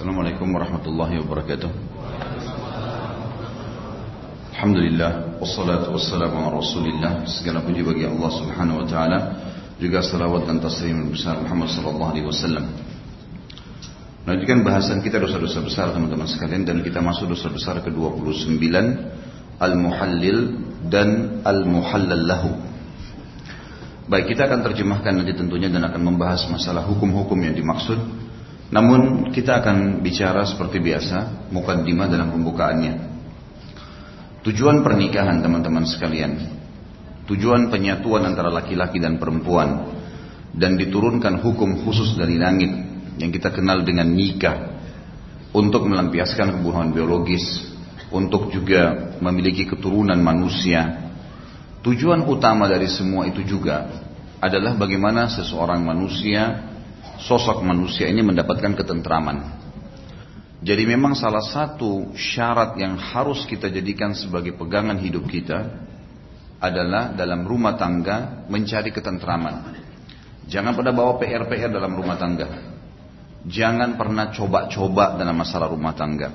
Assalamualaikum warahmatullahi wabarakatuh. Alhamdulillah, wassalatu wassalamu ala rasulillah. Segala puji bagi Allah subhanahu wa ta'ala, juga salawat dan taslim besar Muhammad sallallahu alaihi wasallam. Lanjutkan bahasan kita dosa-dosa besar teman-teman sekalian, dan kita masuk dosa besar ke-29, Al-Muhallil dan Al-Muhallal lahu. Baik, kita akan terjemahkan nanti tentunya dan akan membahas masalah hukum-hukum yang dimaksud. Namun kita akan bicara seperti biasa, mukaddimah dalam pembukaannya. Tujuan pernikahan teman-teman sekalian, tujuan penyatuan antara laki-laki dan perempuan, dan diturunkan hukum khusus dari langit yang kita kenal dengan nikah, untuk melampiaskan hubungan biologis, untuk juga memiliki keturunan manusia. Tujuan utama dari semua itu juga adalah bagaimana seseorang manusia, sosok manusia ini mendapatkan ketentraman. Jadi memang salah satu syarat yang harus kita jadikan sebagai pegangan hidup kita adalah dalam rumah tangga mencari ketentraman. Jangan pada bawa PR-PR dalam rumah tangga. Jangan pernah coba-coba dalam masalah rumah tangga.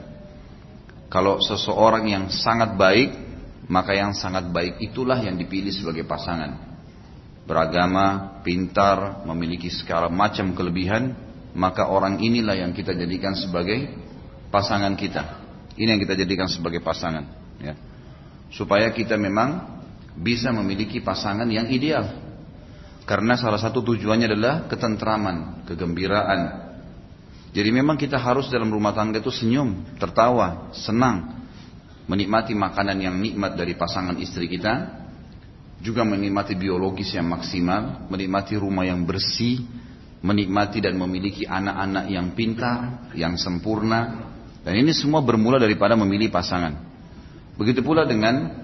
Kalau seseorang yang sangat baik, maka yang sangat baik itulah yang dipilih sebagai pasangan. Beragama, pintar, memiliki segala macam kelebihan, maka orang inilah yang kita jadikan sebagai pasangan kita. Ini yang kita jadikan sebagai pasangan, ya. Supaya kita memang bisa memiliki pasangan yang ideal. Karena salah satu tujuannya adalah ketentraman, kegembiraan. Jadi memang kita harus dalam rumah tangga itu senyum, tertawa, senang, menikmati makanan yang nikmat dari pasangan istri kita, juga menikmati biologis yang maksimal, menikmati rumah yang bersih, menikmati dan memiliki anak-anak yang pintar, yang sempurna. Dan ini semua bermula daripada memilih pasangan. Begitu pula dengan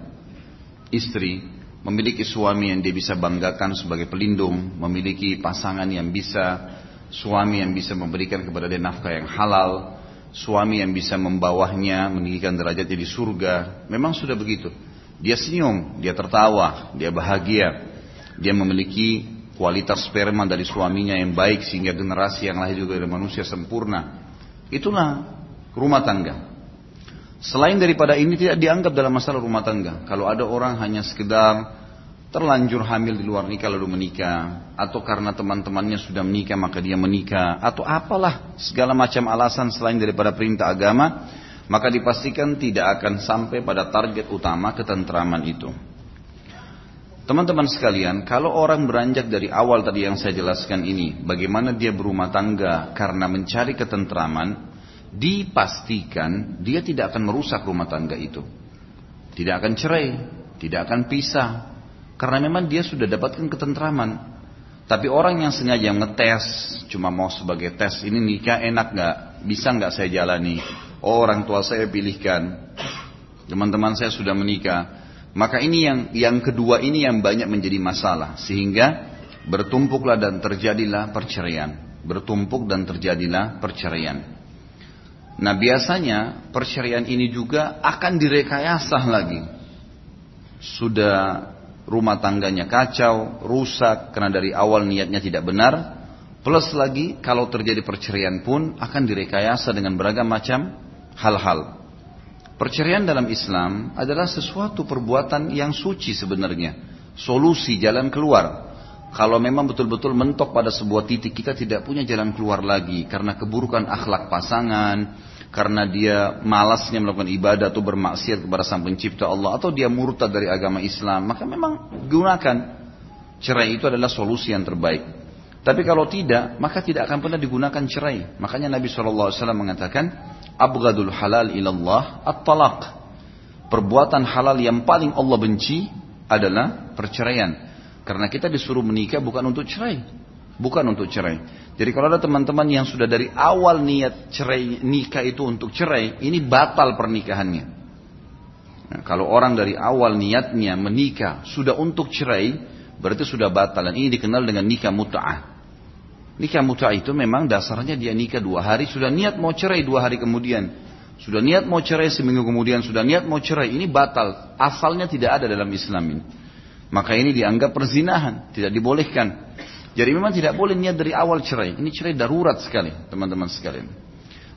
istri, memiliki suami yang dia bisa banggakan sebagai pelindung, memiliki pasangan yang bisa, suami yang bisa memberikan kepada dia nafkah yang halal, suami yang bisa membawahnya, meninggikan derajatnya di surga. Memang sudah begitu. Dia senyum, dia tertawa, dia bahagia, dia memiliki kualitas sperma dari suaminya yang baik sehingga generasi yang lahir juga dari manusia sempurna. Itulah rumah tangga. Selain daripada ini tidak dianggap dalam masalah rumah tangga. Kalau ada orang hanya sekedar terlanjur hamil di luar nikah lalu menikah, atau karena teman-temannya sudah menikah maka dia menikah, atau apalah segala macam alasan selain daripada perintah agama, maka dipastikan tidak akan sampai pada target utama ketentraman itu. Teman-teman sekalian, kalau orang beranjak dari awal tadi yang saya jelaskan ini, bagaimana dia berumah tangga karena mencari ketentraman, dipastikan dia tidak akan merusak rumah tangga itu. Tidak akan cerai, tidak akan pisah, karena memang dia sudah dapatkan ketentraman. Tapi orang yang sengaja ngetes, cuma mau sebagai tes, ini nikah enak gak? Bisa gak saya jalani? Oh, orang tua saya pilihkan, teman-teman saya sudah menikah. Maka ini yang kedua ini yang banyak menjadi masalah, sehingga bertumpuklah dan terjadilah perceraian. Bertumpuk dan terjadilah perceraian. Nah, biasanya perceraian ini juga akan direkayasa lagi. Sudah rumah tangganya kacau, rusak karena dari awal niatnya tidak benar. Plus lagi kalau terjadi perceraian pun akan direkayasa dengan beragam macam hal-hal. Perceraian dalam Islam adalah sesuatu perbuatan yang suci sebenarnya. Solusi, jalan keluar. Kalau memang betul-betul mentok pada sebuah titik kita tidak punya jalan keluar lagi, karena keburukan akhlak pasangan, karena dia malasnya melakukan ibadah atau bermaksiat kepada Sang Pencipta Allah, atau dia murtad dari agama Islam, maka memang gunakan. Cerai itu adalah solusi yang terbaik. Tapi kalau tidak, maka tidak akan pernah digunakan cerai. Makanya Nabi SAW mengatakan, abghadul halal ilallah at-talaq. Perbuatan halal yang paling Allah benci adalah perceraian. Karena kita disuruh menikah bukan untuk cerai. Bukan untuk cerai. Jadi kalau ada teman-teman yang sudah dari awal niat cerai, nikah itu untuk cerai, ini batal pernikahannya. Nah, kalau orang dari awal niatnya menikah sudah untuk cerai, berarti sudah batal. Dan ini dikenal dengan nikah mut'ah. Nikah mut'ah itu memang dasarnya dia nikah 2 hari, sudah niat mau cerai 2 hari kemudian, sudah niat mau cerai seminggu kemudian, sudah niat mau cerai, ini batal. Asalnya tidak ada dalam Islam ini. Maka ini dianggap perzinahan, tidak dibolehkan. Jadi memang tidak boleh niat dari awal cerai. Ini cerai darurat sekali, teman-teman sekalian.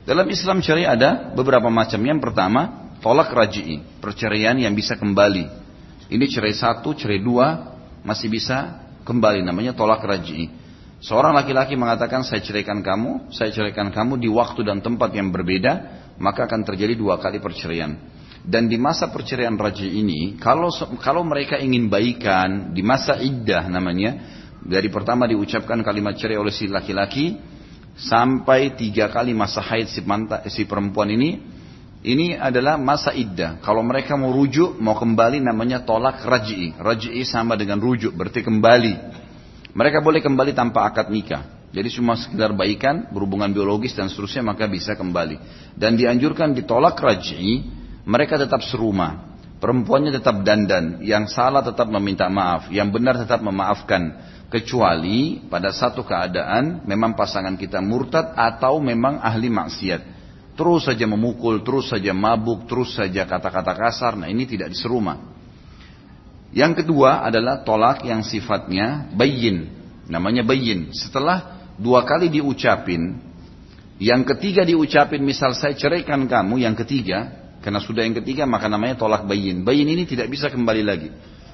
Dalam Islam syariah ada beberapa macam. Yang pertama, tolak raj'i, perceraian yang bisa kembali. Ini cerai 1, cerai 2 masih bisa kembali, namanya tolak raj'i. Seorang laki-laki mengatakan saya ceraikan kamu di waktu dan tempat yang berbeda, maka akan terjadi 2 kali perceraian. Dan di masa perceraian raj'i ini, kalau mereka ingin baikan di masa iddah namanya, dari pertama diucapkan kalimat cerai oleh si laki-laki sampai 3 kali masa haid si perempuan ini adalah masa iddah. Kalau mereka mau rujuk, mau kembali, namanya tolak raj'i. Raj'i sama dengan rujuk, berarti kembali. Mereka boleh kembali tanpa akad nikah. Jadi cuma sekedar baikan, berhubungan biologis dan seterusnya, maka bisa kembali. Dan dianjurkan ditolak raj'i, mereka tetap serumah. Perempuannya tetap dandan, yang salah tetap meminta maaf, yang benar tetap memaafkan. Kecuali pada satu keadaan memang pasangan kita murtad atau memang ahli maksiat. Terus saja memukul, terus saja mabuk, terus saja kata-kata kasar. Nah ini tidak diserumah. Yang kedua adalah tolak yang sifatnya bayyin. Namanya bayyin. Setelah 2 kali diucapin, yang ketiga diucapin, misal saya ceraikan kamu, yang ketiga, karena sudah yang ketiga maka namanya tolak bayyin. Bayyin ini tidak bisa kembali lagi.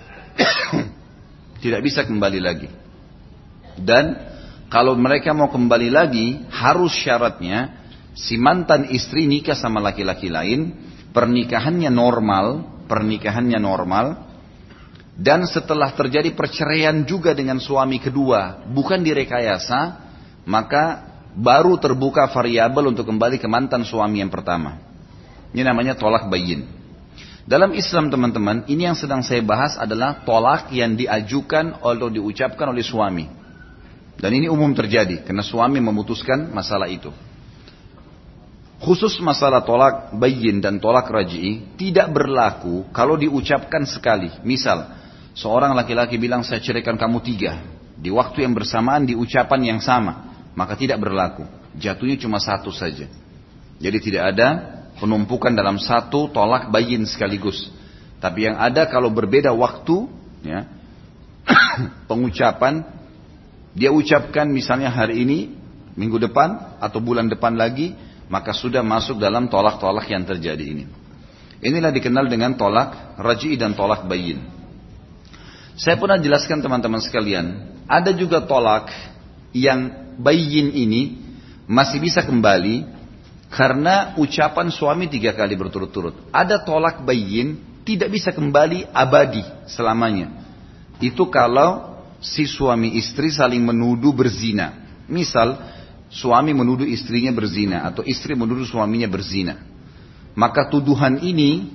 Tidak bisa kembali lagi. Dan kalau mereka mau kembali lagi, harus syaratnya si mantan istri nikah sama laki-laki lain, pernikahannya normal, dan setelah terjadi perceraian juga dengan suami kedua, bukan direkayasa, maka baru terbuka variabel untuk kembali ke mantan suami yang pertama. Ini namanya tolak bayyin. Dalam Islam teman-teman, ini yang sedang saya bahas adalah tolak yang diajukan atau diucapkan oleh suami. Dan ini umum terjadi, karena suami memutuskan masalah itu. Khusus masalah tolak bayyin dan tolak raj'i tidak berlaku kalau diucapkan sekali. Misal, seorang laki-laki bilang saya ceraikan kamu 3. Di waktu yang bersamaan di ucapan yang sama, maka tidak berlaku. Jatuhnya cuma 1 saja. Jadi tidak ada penumpukan dalam 1 tolak bayyin sekaligus. Tapi yang ada kalau berbeda waktu, ya, pengucapan, dia ucapkan misalnya hari ini, minggu depan, atau bulan depan lagi, maka sudah masuk dalam tolak-tolak yang terjadi ini. Inilah dikenal dengan tolak raj'i dan tolak bayyin. Saya pernah jelaskan teman-teman sekalian, ada juga tolak yang bayyin ini masih bisa kembali karena ucapan suami 3 kali berturut-turut. Ada tolak bayyin tidak bisa kembali abadi selamanya. Itu kalau si suami istri saling menuduh berzina. Misal, suami menuduh istrinya berzina atau istri menuduh suaminya berzina. Maka tuduhan ini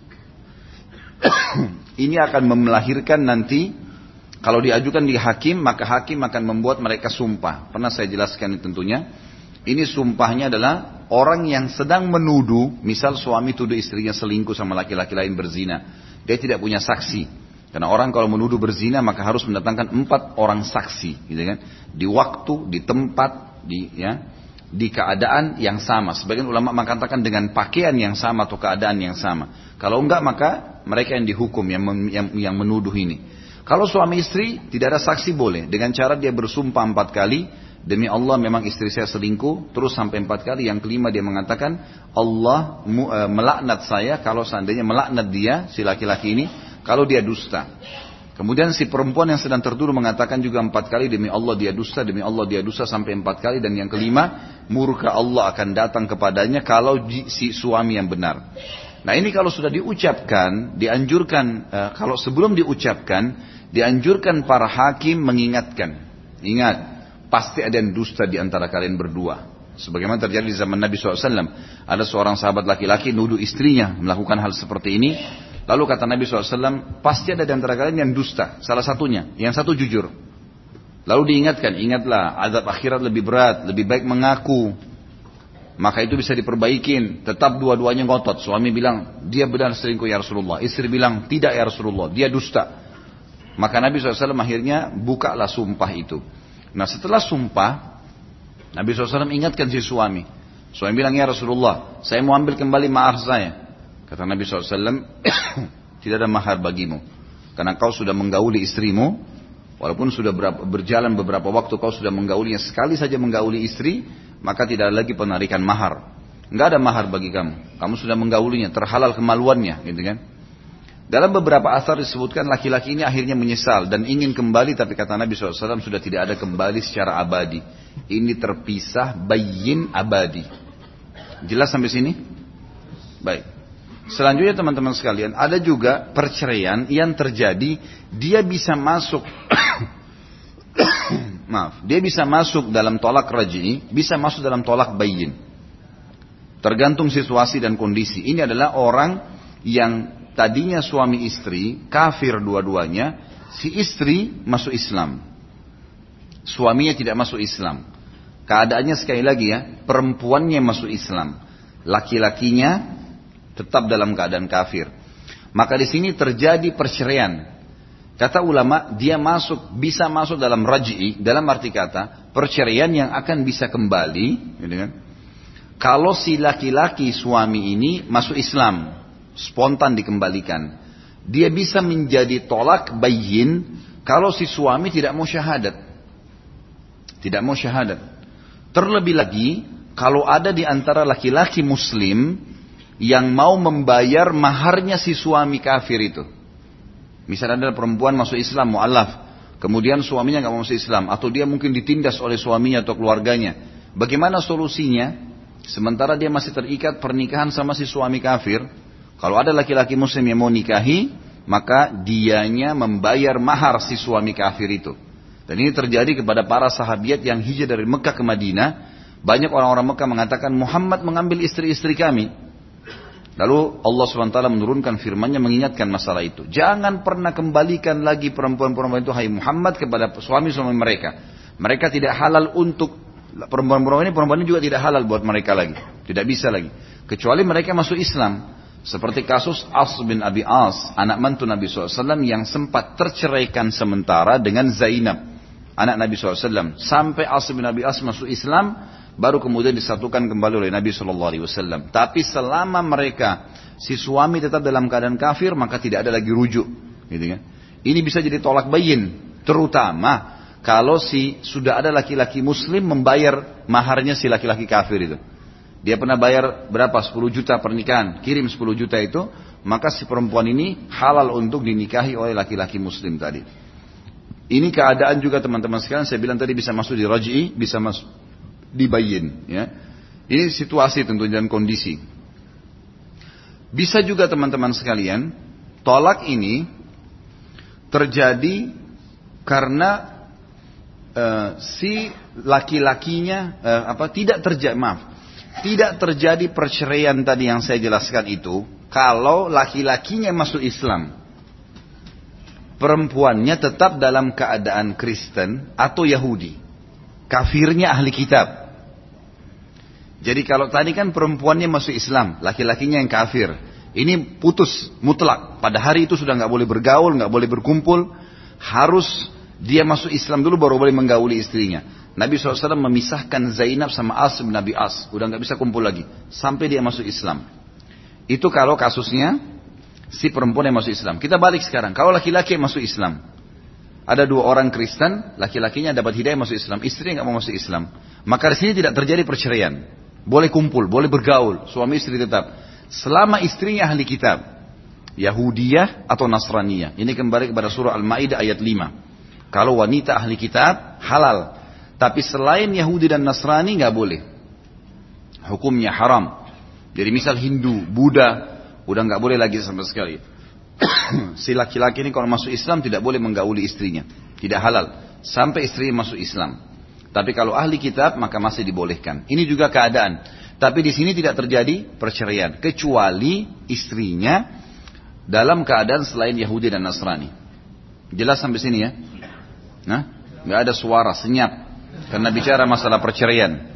akan melahirkan nanti, kalau diajukan di hakim, maka hakim akan membuat mereka sumpah. Pernah saya jelaskan tentunya. Ini sumpahnya adalah orang yang sedang menuduh, misal suami tuduh istrinya selingkuh sama laki-laki lain berzina. Dia tidak punya saksi. Karena orang kalau menuduh berzina maka harus mendatangkan 4 orang saksi, gitu kan? Di waktu, di tempat, di keadaan yang sama. Sebagian ulama mengatakan dengan pakaian yang sama atau keadaan yang sama. Kalau enggak maka mereka yang dihukum yang menuduh ini. Kalau suami istri tidak ada saksi boleh, dengan cara dia bersumpah 4 kali, demi Allah memang istri saya selingkuh, terus sampai 4 kali, yang kelima dia mengatakan Allah melaknat saya kalau seandainya melaknat dia si laki-laki ini kalau dia dusta. Kemudian si perempuan yang sedang tertuduh mengatakan juga 4 kali, demi Allah dia dusta, demi Allah dia dusta, sampai 4 kali. Dan yang kelima, murka Allah akan datang kepadanya kalau si suami yang benar. Nah ini kalau sudah diucapkan, dianjurkan, kalau sebelum diucapkan, dianjurkan para hakim mengingatkan. Ingat, pasti ada yang dusta di antara kalian berdua. Sebagaimana terjadi di zaman Nabi SAW. Ada seorang sahabat laki-laki nuduh istrinya melakukan hal seperti ini. Lalu kata Nabi SAW, pasti ada di antara kalian yang dusta. Salah satunya, yang satu jujur. Lalu diingatkan, ingatlah azab akhirat lebih berat, lebih baik mengaku. Maka itu bisa diperbaikin. Tetap dua-duanya ngotot. Suami bilang, dia benar selingkuh ya Rasulullah. Istri bilang, tidak ya Rasulullah, dia dusta. Maka Nabi SAW akhirnya bukalah sumpah itu. Nah setelah sumpah, Nabi SAW ingatkan si suami. Suami bilang, ya Rasulullah, saya mau ambil kembali mahar saya. Kata Nabi SAW, tidak ada mahar bagimu. Karena kau sudah menggauli istrimu, walaupun sudah berjalan beberapa waktu kau sudah menggaulinya, sekali saja menggauli istri, maka tidak ada lagi penarikan mahar. Nggak ada mahar bagi kamu. Kamu sudah menggaulinya, terhalal kemaluannya, gitu kan? Dalam beberapa asar disebutkan laki-laki ini akhirnya menyesal dan ingin kembali, tapi kata Nabi SAW sudah tidak ada kembali secara abadi. Ini terpisah bayyin abadi. Jelas sampai sini? Baik. Selanjutnya teman-teman sekalian, ada juga perceraian yang terjadi, dia bisa masuk dia bisa masuk dalam tolak raj'i, bisa masuk dalam tolak bayyin. Tergantung situasi dan kondisi. Ini adalah orang yang tadinya suami istri, kafir dua-duanya, si istri masuk Islam. Suaminya tidak masuk Islam. Keadaannya sekali lagi ya, perempuannya masuk Islam. Laki-lakinya tetap dalam keadaan kafir. Maka di sini terjadi perceraian. Kata ulama, dia bisa masuk dalam raj'i, dalam arti kata, perceraian yang akan bisa kembali, gitu kan? Kalau si laki-laki suami ini masuk Islam, spontan dikembalikan. Dia bisa menjadi tolak bayyin kalau si suami tidak mau syahadat. Tidak mau syahadat. Terlebih lagi kalau ada di antara laki-laki muslim yang mau membayar maharnya si suami kafir itu. Misalnya ada perempuan masuk Islam mu'alaf, kemudian suaminya nggak mau masuk Islam, atau dia mungkin ditindas oleh suaminya atau keluarganya. Bagaimana solusinya? Sementara dia masih terikat pernikahan sama si suami kafir. Kalau ada laki-laki muslim yang mau nikahi, maka dianya membayar mahar si suami kafir itu. Dan ini terjadi kepada para sahabiat yang hijrah dari Mekah ke Madinah. Banyak orang-orang Mekah mengatakan Muhammad mengambil istri-istri kami. Lalu Allah SWT menurunkan firman-Nya mengingatkan masalah itu. Jangan pernah kembalikan lagi perempuan-perempuan itu, hai Muhammad, kepada suami-suami mereka. Mereka tidak halal untuk perempuan-perempuan ini juga tidak halal buat mereka lagi. Tidak bisa lagi. Kecuali mereka masuk Islam. Seperti kasus As bin Abi As, anak mantu Nabi SAW yang sempat terceraikan sementara dengan Zainab, anak Nabi SAW. Sampai As bin Abi As masuk Islam, baru kemudian disatukan kembali oleh Nabi SAW. Tapi selama mereka, si suami tetap dalam keadaan kafir, maka tidak ada lagi rujuk. Gitu kan? Ini bisa jadi tolak bayyin, terutama kalau sudah ada laki-laki muslim membayar maharnya si laki-laki kafir itu. Dia pernah bayar berapa? 10 juta pernikahan, kirim 10 juta itu, maka si perempuan ini halal untuk dinikahi oleh laki-laki muslim tadi. Ini keadaan juga teman-teman sekalian, saya bilang tadi bisa masuk di raj'i, bisa masuk di bayyin. Ya. Ini situasi tentu dan kondisi. Bisa juga teman-teman sekalian, tolak ini terjadi karena si laki-lakinya tidak terjadi perceraian tadi yang saya jelaskan itu kalau laki-lakinya masuk Islam, perempuannya tetap dalam keadaan Kristen atau Yahudi, kafirnya ahli kitab. Jadi kalau tadi kan perempuannya masuk Islam, laki-lakinya yang kafir, ini putus mutlak. Pada hari itu sudah nggak boleh bergaul, nggak boleh berkumpul, harus dia masuk Islam dulu baru boleh menggauli istrinya. Nabi SAW memisahkan Zainab sama As bin Abi As. Udah gak bisa kumpul lagi. Sampai dia masuk Islam. Itu kalau kasusnya si perempuan yang masuk Islam. Kita balik sekarang. Kalau laki-laki yang masuk Islam. Ada 2 orang Kristen. Laki-lakinya dapat hidayah masuk Islam. Istrinya gak mau masuk Islam. Maka di sini tidak terjadi perceraian. Boleh kumpul, boleh bergaul. Suami istri tetap. Selama istrinya ahli kitab. Yahudiyah atau Nasraniyah. Ini kembali kepada surah Al-Ma'idah ayat 5. Kalau wanita ahli kitab halal, tapi selain Yahudi dan Nasrani nggak boleh, hukumnya haram. Jadi misal Hindu, Buddha, udah nggak boleh lagi sama sekali. Si laki-laki ini kalau masuk Islam tidak boleh menggauli istrinya, tidak halal sampai istrinya masuk Islam. Tapi kalau ahli kitab maka masih dibolehkan. Ini juga keadaan. Tapi di sini tidak terjadi perceraian kecuali istrinya dalam keadaan selain Yahudi dan Nasrani. Jelas sampai sini ya? Nah, nggak ada suara, senyap. Karena bicara masalah perceraian.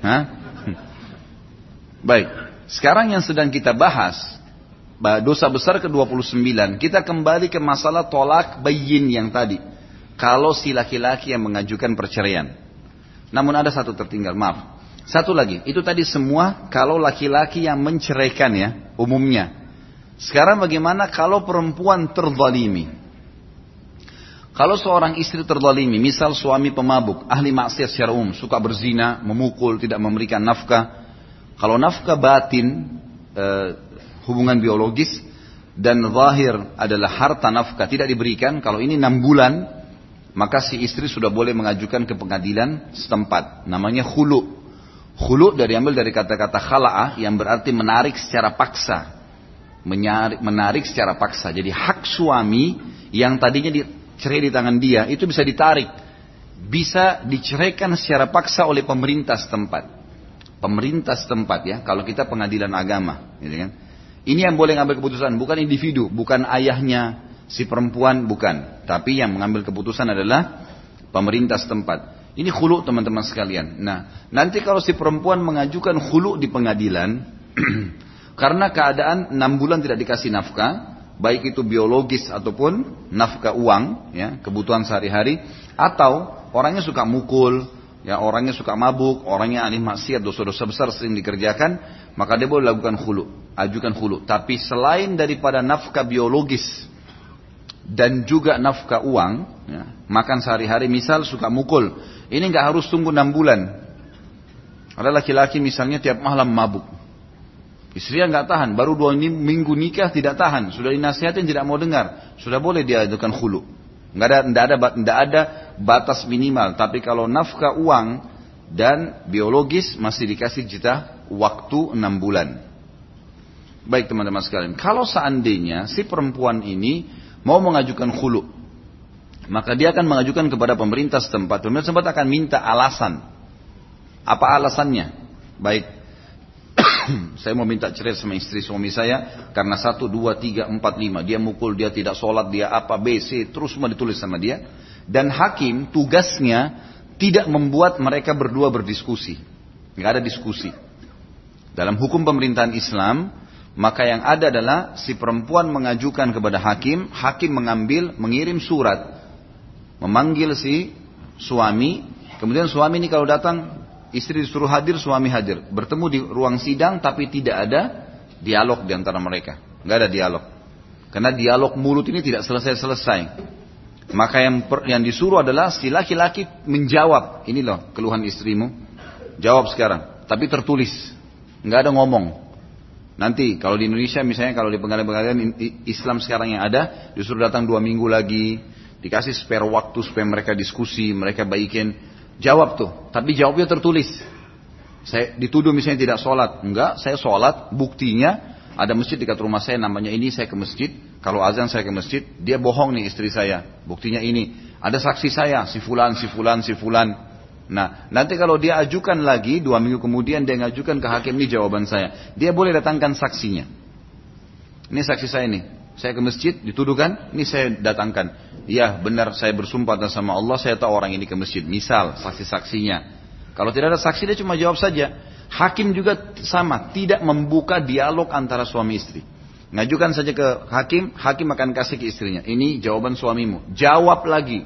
Baik, sekarang yang sedang kita bahas, dosa besar ke-29, kita kembali ke masalah tolak bayyin yang tadi. Kalau si laki-laki yang mengajukan perceraian. Namun ada satu tertinggal, maaf. Satu lagi, itu tadi semua kalau laki-laki yang menceraikan ya, umumnya. Sekarang bagaimana kalau perempuan terzalimi? Kalau seorang istri terzalimi, misal suami pemabuk, ahli maksiat secara umum, suka berzina, memukul, tidak memberikan nafkah. Kalau nafkah batin, hubungan biologis, dan zahir adalah harta nafkah tidak diberikan, kalau ini 6 bulan, maka si istri sudah boleh mengajukan ke pengadilan setempat. Namanya khulu. Khulu diambil dari kata-kata khala'ah yang berarti menarik secara paksa. Menarik secara paksa. Jadi hak suami yang tadinya dicerai di tangan dia itu bisa ditarik. Bisa diceraikan secara paksa oleh pemerintah setempat. Pemerintah setempat ya, kalau kita pengadilan agama. Gitu kan? Ini yang boleh ngambil keputusan, bukan individu, bukan ayahnya si perempuan, bukan. Tapi yang mengambil keputusan adalah pemerintah setempat. Ini khulu teman-teman sekalian. Nah, nanti kalau si perempuan mengajukan khulu di pengadilan, karena keadaan 6 bulan tidak dikasih nafkah, baik itu biologis ataupun nafkah uang, ya, kebutuhan sehari-hari, atau orangnya suka mukul, ya, orangnya suka mabuk, orangnya ahli maksiat, dosa-dosa besar sering dikerjakan, maka dia boleh lakukan khulu, ajukan khulu. Tapi selain daripada nafkah biologis dan juga nafkah uang, ya, makan sehari-hari, misal suka mukul, ini nggak harus tunggu 6 bulan. Ada laki-laki misalnya tiap malam mabuk, istrinya nggak tahan, baru 2 minggu nikah tidak tahan, sudah dinasihatin tidak mau dengar, sudah boleh dia ajukan khulu. Nggak ada batas minimal. Tapi kalau nafkah uang dan biologis masih dikasih jatah waktu 6 bulan. Baik teman-teman sekalian, kalau seandainya si perempuan ini mau mengajukan khulu, maka dia akan mengajukan kepada pemerintah setempat. Pemerintah setempat akan minta alasan. Apa alasannya? Baik, saya mau minta cerai sama istri suami saya karena 1, 2, 3, 4, 5. Dia mukul, dia tidak sholat, dia apa, B, C, terus semua ditulis sama dia. Dan hakim tugasnya tidak membuat mereka berdua berdiskusi. Nggak ada diskusi. Dalam hukum pemerintahan Islam, maka yang ada adalah si perempuan mengajukan kepada hakim, hakim mengirim surat, memanggil si suami, kemudian suami ini kalau datang, istri disuruh hadir, suami hadir. Bertemu di ruang sidang tapi tidak ada dialog di antara mereka. Nggak ada dialog. Karena dialog mulut ini tidak selesai-selesai. Maka yang disuruh adalah si laki-laki menjawab. Ini loh keluhan istrimu. Jawab sekarang. Tapi tertulis. Nggak ada ngomong. Nanti kalau di Indonesia misalnya kalau di pengadilan Islam sekarang yang ada, disuruh datang 2 minggu lagi. Dikasih spare waktu supaya mereka diskusi, mereka baikin. Jawab tuh, tapi jawabnya tertulis. Saya dituduh misalnya tidak sholat. Enggak, saya sholat, buktinya ada masjid dekat rumah saya namanya ini, saya ke masjid. Kalau azan saya ke masjid, dia bohong nih istri saya. Buktinya ini, ada saksi saya, si fulan, si fulan, si fulan. Nah, nanti kalau dia ajukan lagi, 2 minggu kemudian dia ngajukan ke hakim, ini jawaban saya. Dia boleh datangkan saksinya. Ini saksi saya nih. Saya ke masjid, dituduhkan, ini saya datangkan. Ya benar, saya bersumpah atas sama Allah, saya tahu orang ini ke masjid. Misal, saksi-saksinya. Kalau tidak ada saksi, dia cuma jawab saja. Hakim juga sama, tidak membuka dialog antara suami istri. Ngajukan saja ke hakim, hakim akan kasih ke istrinya. Ini jawaban suamimu. Jawab lagi.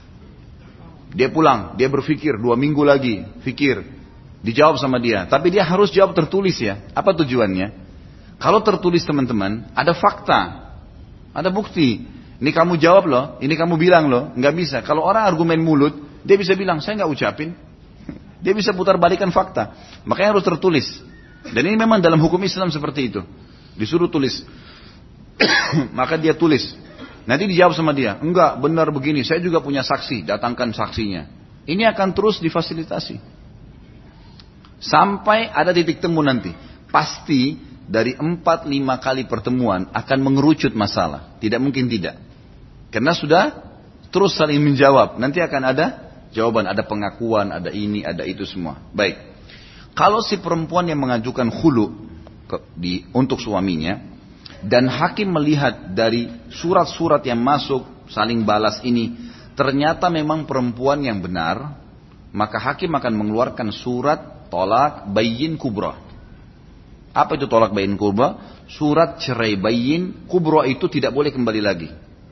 Dia pulang, dia berpikir 2 minggu lagi, pikir. Dijawab sama dia. Tapi dia harus jawab tertulis ya. Apa tujuannya? Kalau tertulis teman-teman, ada fakta. Ada bukti. Ini kamu jawab loh, ini kamu bilang loh. Nggak bisa. Kalau orang argumen mulut, dia bisa bilang, saya nggak ucapin. Dia bisa putar balikan fakta. Makanya harus tertulis. Dan ini memang dalam hukum Islam seperti itu. Disuruh tulis. Maka dia tulis. Nanti dijawab sama dia, enggak benar begini, saya juga punya saksi, datangkan saksinya. Ini akan terus difasilitasi. Sampai ada titik temu nanti. Pasti dari 4-5 kali pertemuan akan mengerucut masalah. Tidak mungkin tidak. Karena sudah terus saling menjawab. Nanti akan ada jawaban, ada pengakuan, ada ini, ada itu semua. Baik. Kalau si perempuan yang mengajukan khulu untuk suaminya, dan hakim melihat dari surat-surat yang masuk, saling balas ini, ternyata memang perempuan yang benar, maka hakim akan mengeluarkan surat tolak bayin kubra. Apa itu tolak bayin kubra? Surat cerai bayin kubra itu tidak boleh kembali lagi.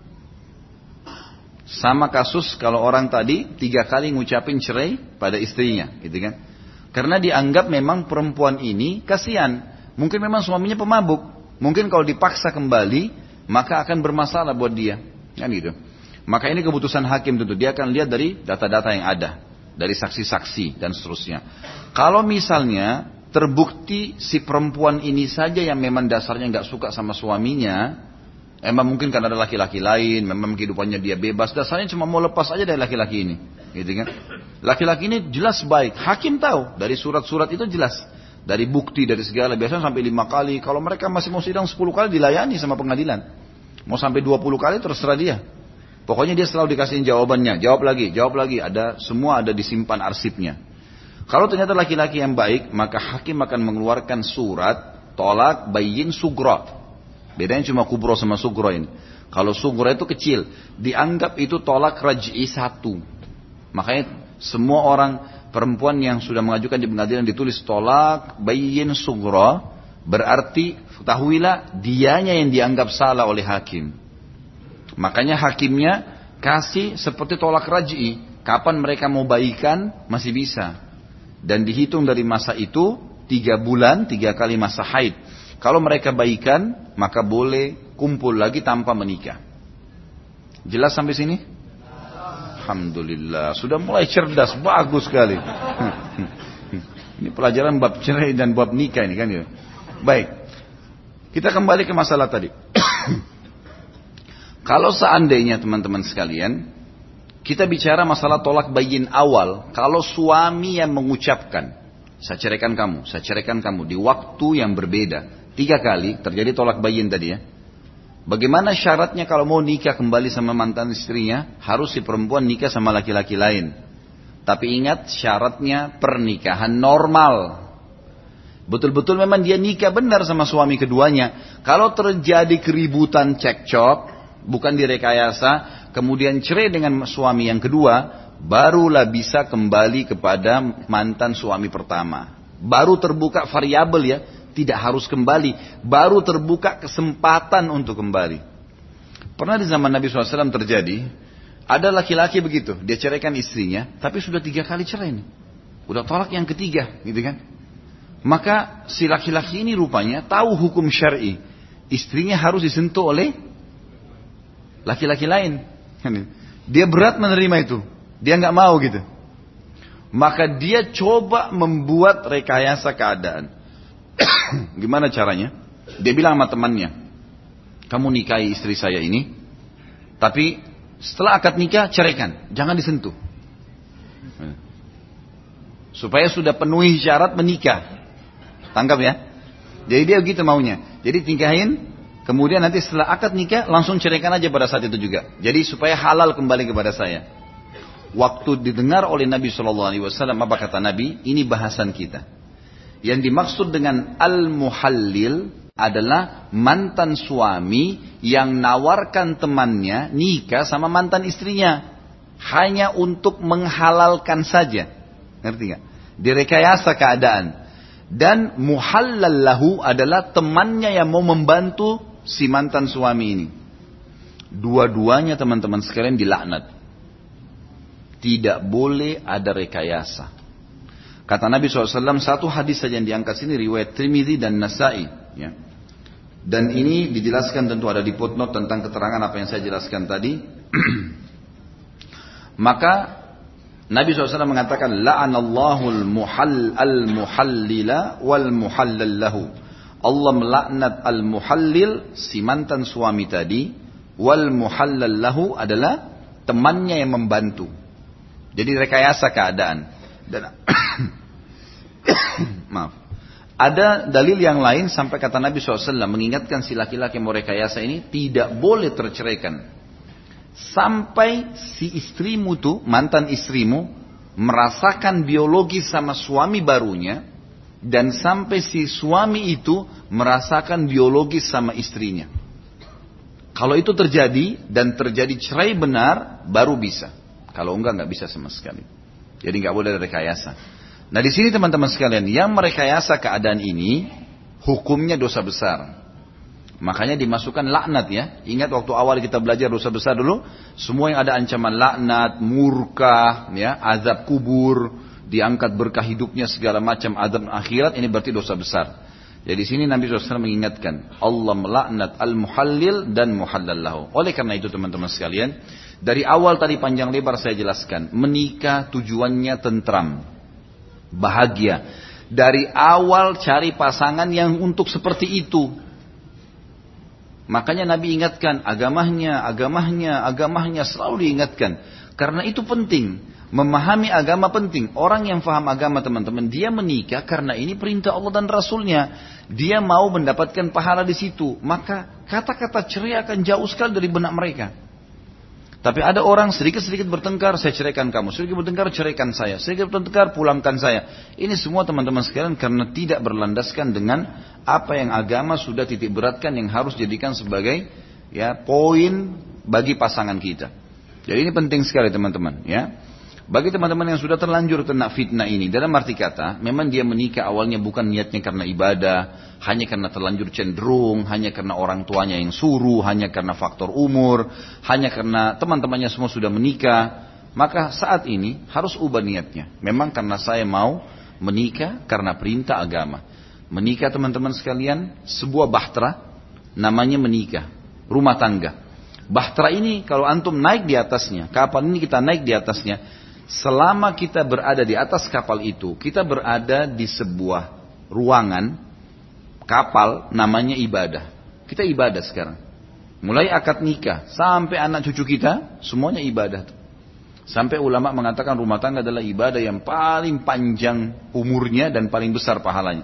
Sama kasus kalau orang tadi 3 kali ngucapin cerai pada istrinya, gitu kan? Karena dianggap memang perempuan ini kasihan. Mungkin memang suaminya pemabuk. Mungkin kalau dipaksa kembali, maka akan bermasalah buat dia. Kan gitu. Maka ini keputusan hakim tentu. Dia akan lihat dari data-data yang ada. Dari saksi-saksi dan seterusnya. Kalau misalnya terbukti si perempuan ini saja yang memang dasarnya nggak suka sama suaminya, emang mungkin karena ada laki-laki lain, memang kehidupannya dia bebas, dasarnya cuma mau lepas aja dari laki-laki ini, gitu kan? Laki-laki ini jelas baik, hakim tahu dari surat-surat itu jelas, dari bukti, dari segala, biasanya sampai 5 kali. Kalau mereka masih mau sidang 10 kali dilayani sama pengadilan, mau sampai 20 kali terserah dia. Pokoknya dia selalu dikasihin jawabannya, jawab lagi, ada semua ada disimpan arsipnya. Kalau ternyata laki-laki yang baik, maka hakim akan mengeluarkan surat tolak bayin sugro. Bedanya cuma kubro sama sugro ini. Kalau sugro itu kecil, dianggap itu tolak raj'i 1. Makanya semua orang perempuan yang sudah mengajukan di pengadilan ditulis tolak bayin sugro, berarti ketahuilah dianya yang dianggap salah oleh hakim. Makanya hakimnya kasih seperti tolak raj'i. Kapan mereka mau baikan masih bisa. Dan dihitung dari masa itu 3 bulan, 3 kali masa haid. Kalau mereka baikan, maka boleh kumpul lagi tanpa menikah. Jelas sampai sini? Alhamdulillah, sudah mulai cerdas, bagus sekali. Ini pelajaran bab cerai dan bab nikah ini kan ya. Baik, kita kembali ke masalah tadi. Kalau seandainya teman-teman sekalian, kita bicara masalah tolak bayin awal. Kalau suami yang mengucapkan, saya ceraikan kamu di waktu yang berbeda. 3 kali terjadi tolak bayin tadi ya. Bagaimana syaratnya kalau mau nikah kembali sama mantan istrinya? Harus si perempuan nikah sama laki-laki lain. Tapi ingat syaratnya pernikahan normal. Betul-betul memang dia nikah benar sama suami keduanya. Kalau terjadi keributan cekcok, bukan direkayasa, kemudian cerai dengan suami yang kedua, barulah bisa kembali kepada mantan suami pertama. Baru terbuka variabel ya, tidak harus kembali. Baru terbuka kesempatan untuk kembali. Pernah di zaman Nabi SAW terjadi, ada laki-laki begitu, dia ceraikan istrinya, tapi sudah 3 kali cerai nih. Udah tolak yang ketiga, gitu kan. Maka si laki-laki ini rupanya tahu hukum syar'i. Istrinya harus disentuh oleh laki-laki lain. Dia berat menerima itu. Dia nggak mau gitu. Maka dia coba membuat rekayasa keadaan. Gimana caranya? Dia bilang sama temannya, kamu nikahi istri saya ini, tapi setelah akad nikah ceraikan, jangan disentuh. Supaya sudah penuhi syarat menikah. Tangkap ya? Jadi dia begitu maunya. Jadi nikahin, kemudian nanti setelah akad nikah langsung ceraikan aja pada saat itu juga. Jadi supaya halal kembali kepada saya. Waktu didengar oleh Nabi SAW, apa kata Nabi? Ini bahasan kita. Yang dimaksud dengan al-muhallil adalah mantan suami yang nawarkan temannya nikah sama mantan istrinya. Hanya untuk menghalalkan saja. Ngerti gak? Direkayasa keadaan. Dan muhallal lahu adalah temannya yang mau membantu si mantan suami ini. Dua-duanya teman-teman sekalian dilaknat. Tidak boleh ada rekayasa. Kata Nabi SAW, satu hadis saja yang diangkat sini, riwayat Tirmidzi dan Nasa'i. Ya. Dan ini dijelaskan tentu ada di footnote tentang keterangan apa yang saya jelaskan tadi. Maka Nabi SAW mengatakan, la'anallahu al-muhallila wal-muhallal lahu. Allah melaknat al-muhallil, si mantan suami tadi, wal-muhallal lahu adalah temannya yang membantu. Jadi rekayasa keadaan. Dan maaf. Ada dalil yang lain sampai kata Nabi SAW mengingatkan si laki-laki yang mau rekayasa ini tidak boleh terceraikan. Sampai si istrimu tuh, mantan istrimu, merasakan biologis sama suami barunya. Dan sampai si suami itu merasakan biologis sama istrinya. Kalau itu terjadi dan terjadi cerai benar, baru bisa. Kalau enggak, nggak bisa sama sekali. Jadi nggak boleh ada rekayasa. Nah di sini teman-teman sekalian, yang merekayasa keadaan ini hukumnya dosa besar. Makanya dimasukkan laknat ya. Ingat waktu awal kita belajar dosa besar dulu, semua yang ada ancaman laknat, murka, ya, azab kubur, diangkat berkah hidupnya segala macam azab akhirat, ini berarti dosa besar. Jadi di sini Nabi SAW mengingatkan Allah melaknat al-muhallil dan muhallallahu. Oleh karena itu teman-teman sekalian, dari awal tadi panjang lebar saya jelaskan, menikah tujuannya tentram, bahagia. Dari awal cari pasangan yang untuk seperti itu. Makanya Nabi ingatkan agamanya selalu diingatkan. Karena itu penting. Memahami agama penting. Orang yang faham agama teman-teman, dia menikah karena ini perintah Allah dan Rasulnya. Dia mau mendapatkan pahala di situ. Maka kata-kata cerai akan jauh sekali dari benak mereka. Tapi ada orang sedikit-sedikit bertengkar, saya ceraikan kamu. Sedikit bertengkar, ceraikan saya. Sedikit bertengkar, pulangkan saya. Ini semua teman-teman sekalian karena tidak berlandaskan dengan apa yang agama sudah titik beratkan yang harus dijadikan sebagai poin bagi pasangan kita. Jadi ini penting sekali teman-teman ya. Bagi teman-teman yang sudah terlanjur kena fitnah ini, dalam arti kata, memang dia menikah awalnya bukan niatnya karena ibadah, hanya karena terlanjur cenderung, hanya karena orang tuanya yang suruh, hanya karena faktor umur, hanya karena teman-temannya semua sudah menikah, maka saat ini harus ubah niatnya. Memang karena saya mau menikah karena perintah agama. Menikah teman-teman sekalian, sebuah bahtera, namanya menikah, rumah tangga. Bahtera ini kalau antum naik di atasnya, kapal ini kita naik di atasnya, selama kita berada di atas kapal itu, kita berada di sebuah ruangan kapal namanya ibadah. Kita ibadah sekarang. Mulai akad nikah sampai anak cucu kita, semuanya ibadah. Sampai ulama mengatakan rumah tangga adalah ibadah yang paling panjang umurnya dan paling besar pahalanya.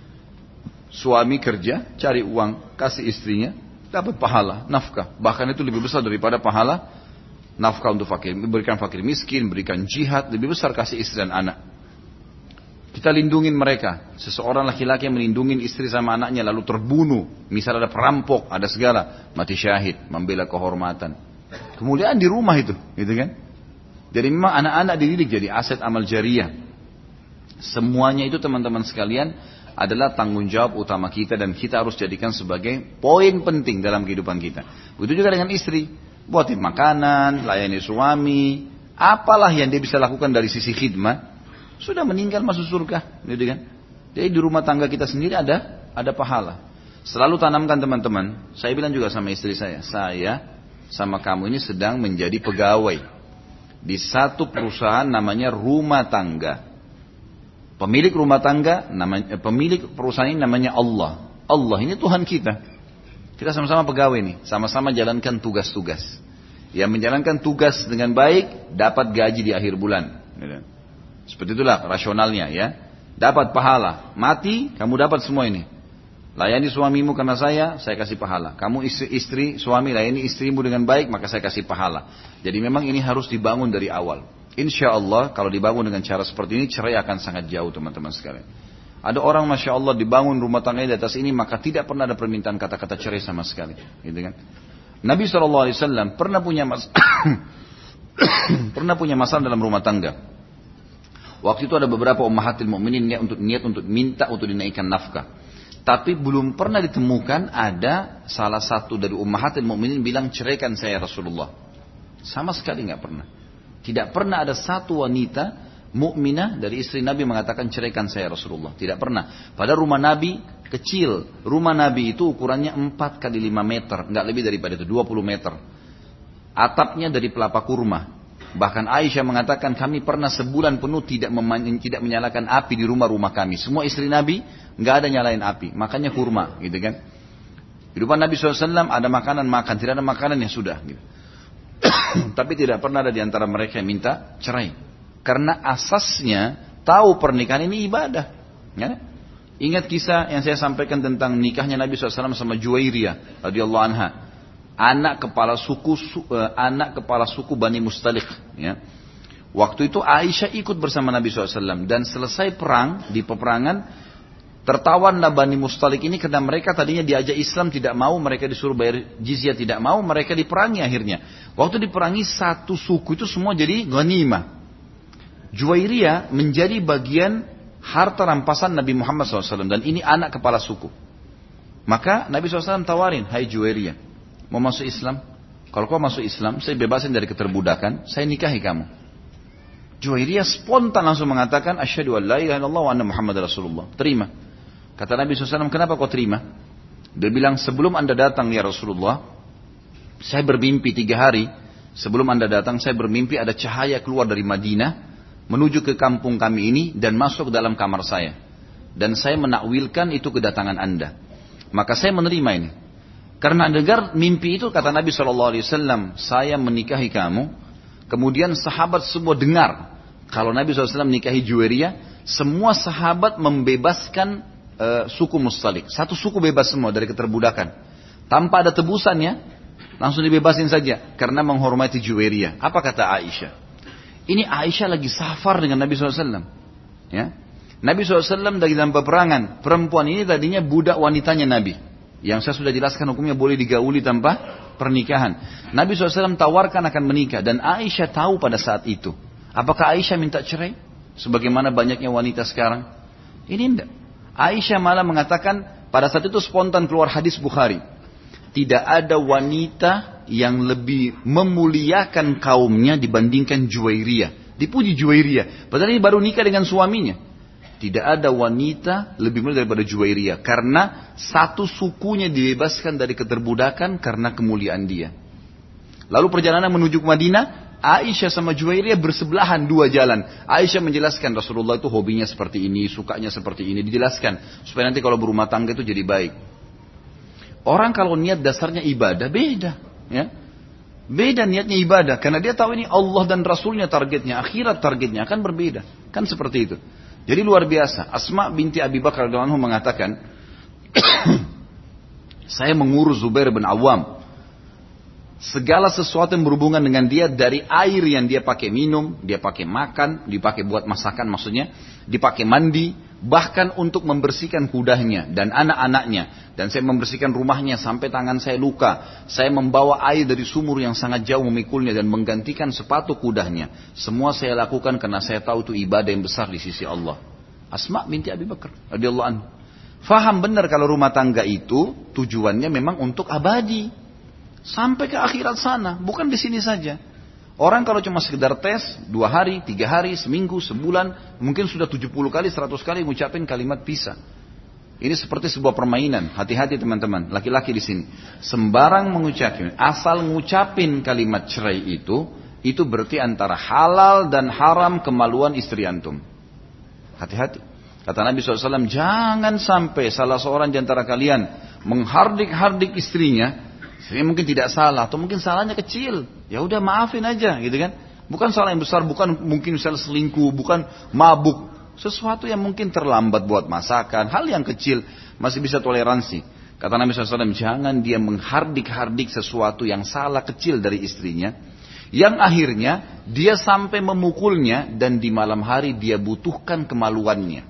Suami kerja, cari uang, kasih istrinya, dapat pahala, nafkah. Bahkan itu lebih besar daripada pahala nafkah untuk fakir, berikan fakir miskin, berikan jihad, lebih besar kasih istri dan anak. Kita lindungin mereka. Seseorang laki-laki yang melindungi istri sama anaknya lalu terbunuh, misal ada perampok, ada segala, mati syahid, membela kehormatan. Kemuliaan di rumah itu, gitu kan? Jadi memang anak-anak dididik jadi aset amal jariyah. Semuanya itu teman-teman sekalian adalah tanggung jawab utama kita dan kita harus jadikan sebagai poin penting dalam kehidupan kita. Begitu juga dengan istri. Buatin makanan, layani suami, apalah yang dia bisa lakukan dari sisi khidmat, sudah meninggal masuk surga, gitu kan? Jadi di rumah tangga kita sendiri ada pahala. Selalu tanamkan teman-teman. Saya bilang juga sama istri saya sama kamu ini sedang menjadi pegawai di satu perusahaan namanya rumah tangga. Pemilik rumah tangga, pemilik perusahaan ini namanya Allah. Allah ini Tuhan kita. Kita sama-sama pegawai nih, sama-sama jalankan tugas-tugas. Yang menjalankan tugas dengan baik, dapat gaji di akhir bulan. Seperti itulah rasionalnya ya. Dapat pahala. Mati, kamu dapat semua ini. Layani suamimu karena saya kasih pahala. Kamu istri, suami layani istrimu dengan baik, maka saya kasih pahala. Jadi memang ini harus dibangun dari awal. Insya Allah kalau dibangun dengan cara seperti ini, cerai akan sangat jauh teman-teman sekalian. Ada orang Masya Allah dibangun rumah tangganya di atas ini, maka tidak pernah ada permintaan kata-kata cerai sama sekali. Gitu kan? Nabi SAW pernah punya masalah dalam rumah tangga. Waktu itu ada beberapa ummahatil mukminin niat untuk minta untuk dinaikkan nafkah. Tapi belum pernah ditemukan ada salah satu dari ummahatil mukminin bilang ceraikan saya Rasulullah. Sama sekali nggak pernah. Tidak pernah ada satu wanita mukminah dari istri Nabi mengatakan ceraikan saya Rasulullah. Tidak pernah. Pada rumah Nabi kecil. Rumah Nabi itu ukurannya 4 kali 5 meter. Enggak lebih daripada itu, 20 meter. Atapnya dari pelapa kurma. Bahkan Aisyah mengatakan kami pernah sebulan penuh tidak menyalakan api di rumah-rumah kami. Semua istri Nabi enggak ada nyalain api. Makanya kurma gitu kan. Di depan Nabi SAW ada makanan makan. Tidak ada makanan ya sudah gitu. Tapi tidak pernah ada di antara mereka yang minta cerai. Karena asasnya tahu pernikahan ini ibadah. Ya? Ingat kisah yang saya sampaikan tentang nikahnya Nabi SAW sama Juwairiyah radhiyallahu anha. Anak kepala suku Bani Mustalik. Ya. Waktu itu Aisyah ikut bersama Nabi SAW. Dan selesai perang, di peperangan, tertawanlah Bani Mustalik ini karena mereka tadinya diajak Islam tidak mau, mereka disuruh bayar jizyah tidak mau, mereka diperangi akhirnya. Waktu diperangi satu suku itu semua jadi ghanimah. Juwairiyah menjadi bagian harta rampasan Nabi Muhammad SAW. Dan ini anak kepala suku. Maka Nabi SAW tawarin, hai Juwairiyah, mau masuk Islam? Kalau kau masuk Islam, saya bebasin dari keterbudakan, saya nikahi kamu. Juwairiyah spontan langsung mengatakan, asyhadu an la ilaha illallah wa anna Muhammad Rasulullah. Terima. Kata Nabi SAW, kenapa kau terima? Dia bilang, sebelum anda datang ya Rasulullah, saya bermimpi 3 hari. Sebelum anda datang, saya bermimpi ada cahaya keluar dari Madinah, menuju ke kampung kami ini dan masuk ke dalam kamar saya. dan saya menakwilkan itu kedatangan Anda. Maka saya menerima ini. Karena dengar mimpi itu, kata Nabi SAW, saya menikahi kamu. Kemudian sahabat semua dengar kalau Nabi SAW menikahi Juwairiyah. Semua sahabat membebaskan suku Mustalik. Satu suku bebas semua dari keterbudakan. Tanpa ada tebusannya, langsung dibebasin saja. Karena menghormati Juwairiyah. Apa kata Aisyah? Ini Aisyah lagi safar dengan Nabi SAW. Ya. Nabi SAW dari dalam peperangan. Perempuan ini tadinya budak wanitanya Nabi. Yang saya sudah jelaskan hukumnya boleh digauli tanpa pernikahan. Nabi SAW tawarkan akan menikah. Dan Aisyah tahu pada saat itu. Apakah Aisyah minta cerai? Sebagaimana banyaknya wanita sekarang. Ini tidak. Aisyah malah mengatakan pada saat itu spontan keluar hadis Bukhari. Tidak ada wanita yang lebih memuliakan kaumnya dibandingkan Juwairiyah. Dipuji Juwairiyah. Padahal ini baru nikah dengan suaminya. Tidak ada wanita lebih mulia daripada Juwairiyah. Karena satu sukunya dibebaskan dari keterbudakan karena kemuliaan dia. Lalu perjalanan menuju ke Madinah, Aisyah sama Juwairiyah bersebelahan dua jalan. Aisyah menjelaskan Rasulullah itu hobinya seperti ini, sukanya seperti ini. Dijelaskan supaya nanti kalau berumah tangga itu jadi baik. Orang kalau niat dasarnya ibadah beda. Ya. Beda niatnya ibadah. Karena dia tahu ini Allah dan Rasulnya targetnya. Akhirat targetnya akan berbeda. Kan seperti itu. Jadi luar biasa. Asma binti Abi Bakar radhiyallahu anhu mengatakan, saya mengurus Zubair bin Awam. Segala sesuatu yang berhubungan dengan dia, dari air yang dia pakai minum, dia pakai makan, dipakai buat masakan maksudnya, dipakai mandi, bahkan untuk membersihkan kudanya dan anak-anaknya. Dan saya membersihkan rumahnya sampai tangan saya luka. Saya membawa air dari sumur yang sangat jauh memikulnya dan menggantikan sepatu kudanya. Semua saya lakukan karena saya tahu itu ibadah yang besar di sisi Allah. Asma binti Abi Bakar radhiyallahu anhu. Faham benar kalau rumah tangga itu tujuannya memang untuk abadi. Sampai ke akhirat sana, bukan di sini saja. Orang kalau cuma sekedar tes, 2 hari, 3 hari, seminggu, sebulan, mungkin sudah 70 kali, 100 kali ngucapin kalimat pisah. Ini seperti sebuah permainan. Hati-hati teman-teman, laki-laki di sini. Sembarang mengucapin, asal ngucapin kalimat cerai itu berarti antara halal dan haram kemaluan istri antum. Hati-hati. Kata Nabi SAW, jangan sampai salah seorang di antara kalian menghardik-hardik istrinya. Ini mungkin tidak salah, atau mungkin salahnya kecil. Ya udah maafin aja, gitu kan? Bukan salah yang besar, bukan mungkin misalnya selingkuh, bukan mabuk. Sesuatu yang mungkin terlambat buat masakan, hal yang kecil masih bisa toleransi. Kata Nabi SAW, jangan dia menghardik-hardik sesuatu yang salah kecil dari istrinya, yang akhirnya dia sampai memukulnya dan di malam hari dia butuhkan kemaluannya.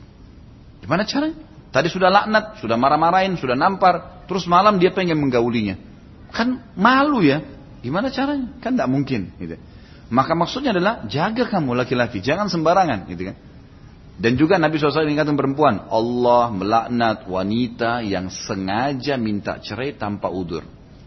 Gimana caranya? Tadi sudah laknat, sudah marah-marahin, sudah nampar, terus malam dia pengen menggaulinya. Kan malu ya, gimana caranya? Kan tidak mungkin. Gitu. Maka maksudnya adalah jaga kamu laki-laki, jangan sembarangan. Gitu kan? Dan juga Nabi SAW ingatkan perempuan, Allah melaknat wanita yang sengaja minta cerai tanpa udzur.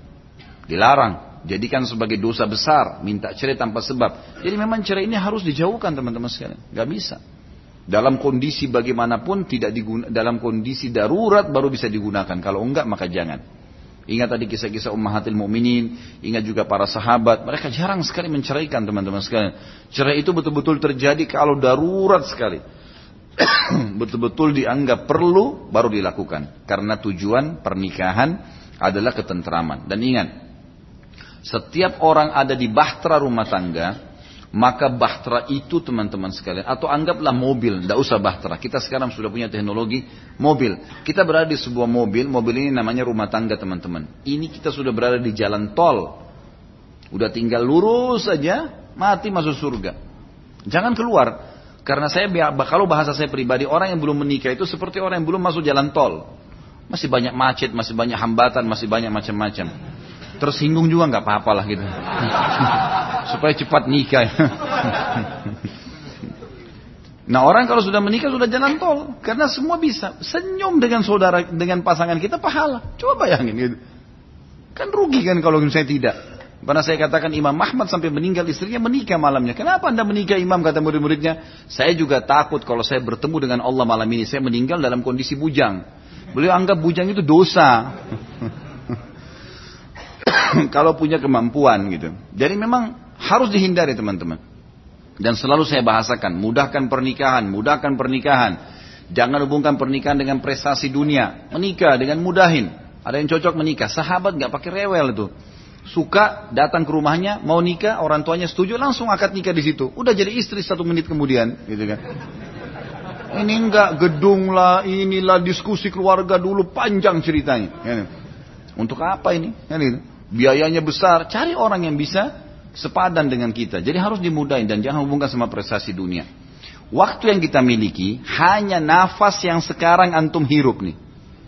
Dilarang, jadikan sebagai dosa besar, minta cerai tanpa sebab. Jadi memang cerai ini harus dijauhkan teman-teman sekalian, gak bisa. Dalam kondisi bagaimanapun dalam kondisi darurat baru bisa digunakan. Kalau enggak maka jangan. Ingat tadi kisah-kisah Ummahatil Mukminin, ingat juga para sahabat, mereka jarang sekali menceraikan teman-teman sekalian. Cerai itu betul-betul terjadi kalau darurat sekali. Betul-betul dianggap perlu baru dilakukan. Karena tujuan pernikahan adalah ketentraman. Dan ingat, setiap orang ada di bahtera rumah tangga, maka bahtera itu teman-teman sekalian, atau anggaplah mobil, tidak usah bahtera. Kita sekarang sudah punya teknologi mobil. Kita berada di sebuah mobil ini namanya rumah tangga teman-teman. Ini kita sudah berada di jalan tol. Udah tinggal lurus saja, mati masuk surga. Jangan keluar. Karena kalau bahasa saya pribadi, orang yang belum menikah itu seperti orang yang belum masuk jalan tol. Masih banyak macet, masih banyak hambatan, masih banyak macam-macam. Tersinggung juga nggak apa-apa lah gitu. Supaya cepat nikah. Nah orang kalau sudah menikah sudah jalan tol. Karena semua bisa. Senyum dengan saudara, dengan pasangan kita pahala. Coba bayangin gitu. Kan rugi kan kalau saya tidak. Karena saya katakan Imam Ahmad sampai meninggal istrinya menikah malamnya. Kenapa anda menikah Imam, kata murid-muridnya. Saya juga takut kalau saya bertemu dengan Allah malam ini. Saya meninggal dalam kondisi bujang. Beliau anggap bujang itu dosa. Kalau punya kemampuan gitu. Jadi memang harus dihindari teman-teman. Dan selalu saya bahasakan, mudahkan pernikahan. Jangan hubungkan pernikahan dengan prestasi dunia. Menikah dengan mudahin. Ada yang cocok menikah. Sahabat nggak pakai rewel itu. Suka datang ke rumahnya, mau nikah, orang tuanya setuju, langsung akad nikah di situ. Udah jadi istri 1 menit kemudian, gitu kan. Ini enggak gedung lah, inilah diskusi keluarga dulu, panjang ceritanya. Untuk apa ini? Biayanya besar, cari orang yang bisa sepadan dengan kita. Jadi harus dimudahin dan jangan hubungkan sama prestasi dunia. Waktu yang kita miliki hanya nafas yang sekarang antum hirup nih.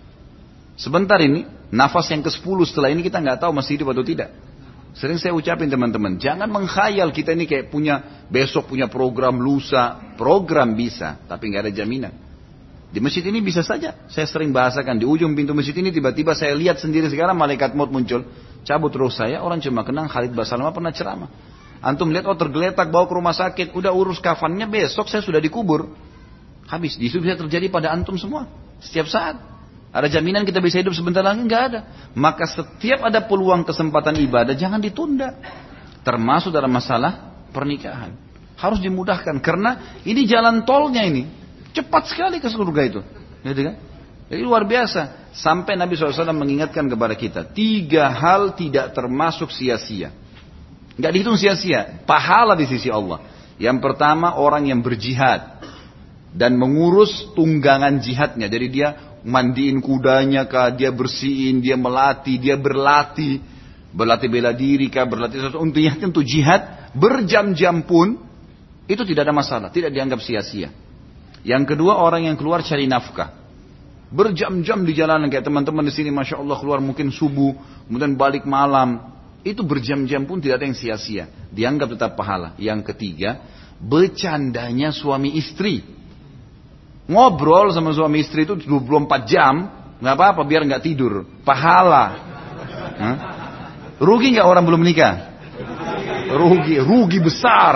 Sebentar ini, nafas yang ke-10 setelah ini kita nggak tahu masih hidup atau tidak. Sering saya ucapin teman-teman, jangan menghayal kita ini kayak besok punya program lusa. Program bisa, tapi nggak ada jaminan. Di masjid ini bisa saja, saya sering bahasakan, di ujung pintu masjid ini tiba-tiba saya lihat sendiri sekarang malaikat maut muncul. Cabut roh saya, orang cuma kenang Khalid Basalamah pernah ceramah. Antum lihat, tergeletak bawa ke rumah sakit, udah urus kafannya, besok saya sudah dikubur. Habis, itu bisa terjadi pada antum semua, setiap saat. Ada jaminan kita bisa hidup sebentar lagi? Nggak ada. Maka setiap ada peluang kesempatan ibadah, jangan ditunda. Termasuk dalam masalah pernikahan. Harus dimudahkan, karena ini jalan tolnya ini. Cepat sekali ke surga itu. Gitu kan? Jadi luar biasa. Sampai Nabi SAW mengingatkan kepada kita, 3 hal tidak termasuk sia-sia. Nggak dihitung sia-sia. Pahala di sisi Allah. Yang pertama, orang yang berjihad. Dan mengurus tunggangan jihadnya. Jadi dia mandiin kudanya kah, dia bersihin, dia melatih, dia berlatih bela diri kah, berlatih sesuatu untuk jihad berjam-jam pun itu tidak ada masalah, tidak dianggap sia-sia. Yang kedua, orang yang keluar cari nafkah, berjam-jam di jalanan kayak teman-teman di sini, masya Allah keluar mungkin subuh, kemudian balik malam, itu berjam-jam pun tidak ada yang sia-sia, dianggap tetap pahala. Yang ketiga, bercandanya suami istri. Ngobrol sama suami istri itu 24 jam, nggak apa-apa biar nggak tidur, pahala. Rugi nggak orang belum menikah? Rugi besar.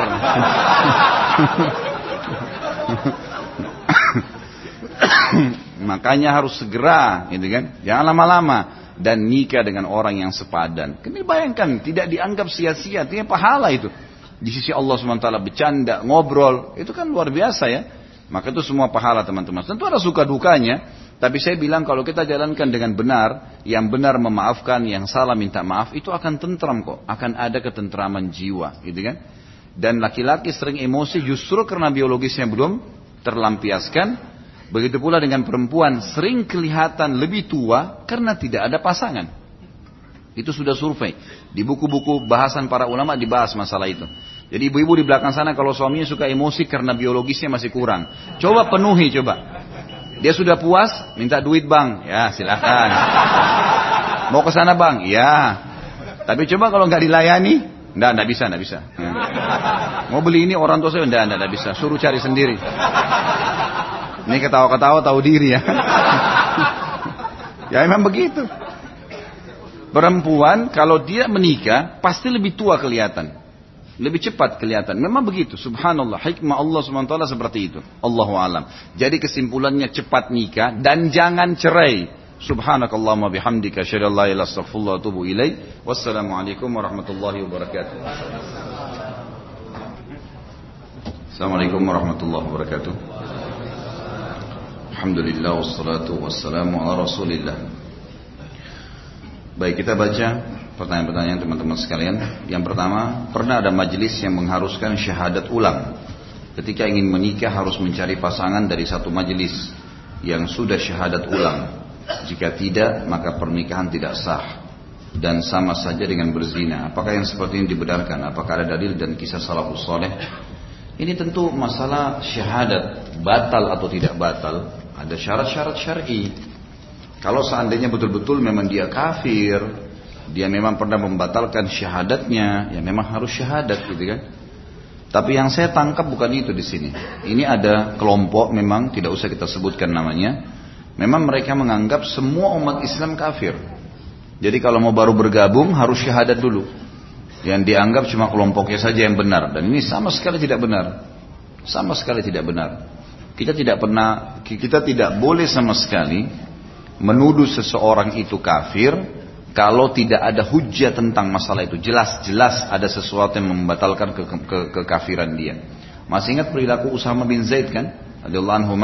Makanya harus segera, gitu kan? Jangan lama-lama dan nikah dengan orang yang sepadan. Ini bayangkan, tidak dianggap sia-sia, artinya pahala itu. Di sisi Allah SWT bercanda, ngobrol, itu kan luar biasa ya. Maka itu semua pahala teman-teman. Tentu ada suka dukanya. Tapi saya bilang kalau kita jalankan dengan benar. Yang benar memaafkan, yang salah minta maaf. Itu akan tentram kok. Akan ada ketentraman jiwa. Gitu kan? Dan laki-laki sering emosi justru karena biologisnya belum terlampiaskan. Begitu pula dengan perempuan. Sering kelihatan lebih tua karena tidak ada pasangan. Itu sudah survei. Di buku-buku bahasan para ulama dibahas masalah itu. Jadi ibu-ibu di belakang sana kalau suaminya suka emosi karena biologisnya masih kurang. Coba penuhi coba. Dia sudah puas, minta duit bang. Ya silakan. Mau ke sana bang? Ya. Tapi coba kalau nggak dilayani, nggak bisa. Ya. Mau beli ini orang tua saya, nggak bisa. Suruh cari sendiri. Ini ketawa-ketawa tahu diri ya. Ya memang begitu. Perempuan kalau dia menikah pasti lebih tua kelihatan. Lebih cepat kelihatan. Memang begitu. Subhanallah. Hikmah Allah SWT seperti itu. Allahu alam. Jadi kesimpulannya cepat nikah dan jangan cerai. Subhanakallahumma bihamdika asyhadu an la ilaha illa anta astaghfiruka wa atubu ilaik. Wassalamualaikum warahmatullahi wabarakatuh. Assalamualaikum warahmatullahi wabarakatuh. Alhamdulillah wassalatu wassalamu ala Rasulillah. Baik, kita baca pertanyaan-pertanyaan teman-teman sekalian. Yang pertama, pernah ada majelis yang mengharuskan syahadat ulang. Ketika ingin menikah harus mencari pasangan dari satu majelis yang sudah syahadat ulang. Jika tidak, maka pernikahan tidak sah dan sama saja dengan berzina. Apakah yang seperti ini dibenarkan? Apakah ada dalil dan kisah salafus saleh? Ini tentu masalah syahadat batal atau tidak batal. Ada syarat-syarat syar'i. Kalau seandainya betul-betul memang dia kafir, dia memang pernah membatalkan syahadatnya, ya memang harus syahadat gitu kan. Tapi yang saya tangkap bukan itu di sini. Ini ada kelompok memang tidak usah kita sebutkan namanya. Memang mereka menganggap semua umat Islam kafir. Jadi kalau mau baru bergabung harus syahadat dulu. Yang dianggap cuma kelompoknya saja yang benar, dan ini sama sekali tidak benar. Sama sekali tidak benar. Kita tidak boleh sama sekali menuduh seseorang itu kafir kalau tidak ada hujjah tentang masalah itu. Jelas-jelas ada sesuatu yang membatalkan kekafiran dia. Masih ingat perilaku Usama bin Zaid kan? Radhiyallahu anhuma,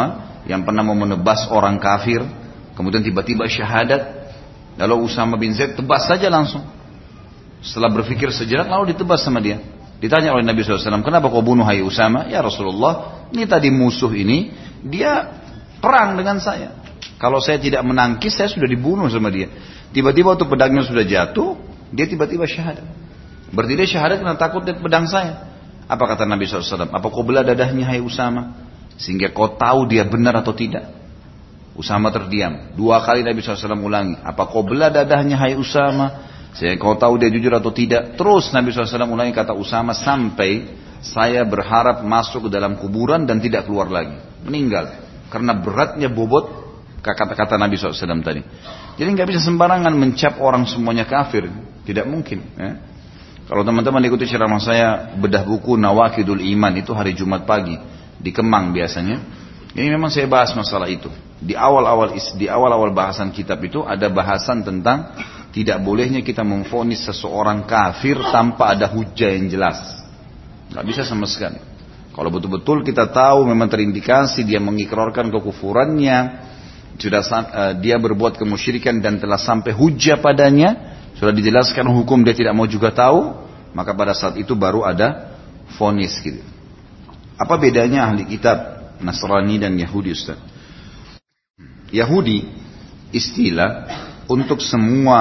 yang pernah mau menebas orang kafir, kemudian tiba-tiba syahadat, lalu Usama bin Zaid tebas saja langsung. Setelah berpikir sejenak lalu ditebas sama dia. Ditanya oleh Nabi SAW, kenapa kau bunuh hai Usama? Ya Rasulullah, ini tadi musuh ini, dia perang dengan saya. Kalau saya tidak menangkis, saya sudah dibunuh sama dia. Tiba-tiba waktu pedangnya sudah jatuh, dia tiba-tiba syahadat. Berarti dia syahadat karena takut dengan pedang saya. Apa kata Nabi SAW? Apa kau belah dadahnya hai Usama? Sehingga kau tahu dia benar atau tidak. Usama terdiam. 2 kali Nabi SAW ulangi. Apa kau belah dadahnya hai Usama? Sehingga kau tahu dia jujur atau tidak. Terus Nabi SAW ulangi kata Usama sampai saya berharap masuk ke dalam kuburan dan tidak keluar lagi. Meninggal. Karena beratnya bobot kata-kata Nabi SAW tadi. Jadi nggak bisa sembarangan mencap orang semuanya kafir. Tidak mungkin. Ya. Kalau teman-teman ikuti ceramah saya bedah buku Nawakidul Iman itu hari Jumat pagi di Kemang biasanya. Ini memang saya bahas masalah itu. Di awal-awal bahasan kitab itu ada bahasan tentang tidak bolehnya kita memvonis seseorang kafir tanpa ada hujah yang jelas. Nggak bisa sama sekali. Kalau betul-betul kita tahu memang terindikasi dia mengikrarkan kekufurannya, sudah dia berbuat kemusyrikan dan telah sampai hujah padanya, sudah dijelaskan hukum dia tidak mau juga tahu, maka pada saat itu baru ada vonis gitu. Apa bedanya ahli kitab Nasrani dan Yahudi, Ustaz? Yahudi istilah untuk semua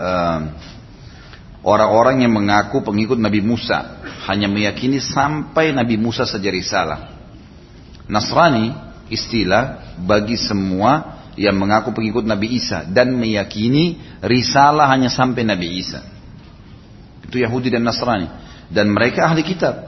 orang-orang yang mengaku pengikut Nabi Musa, hanya meyakini sampai Nabi Musa saja risalah. Nasrani istilah bagi semua yang mengaku pengikut Nabi Isa dan meyakini risalah hanya sampai Nabi Isa. Itu Yahudi dan Nasrani. Dan mereka ahli kitab.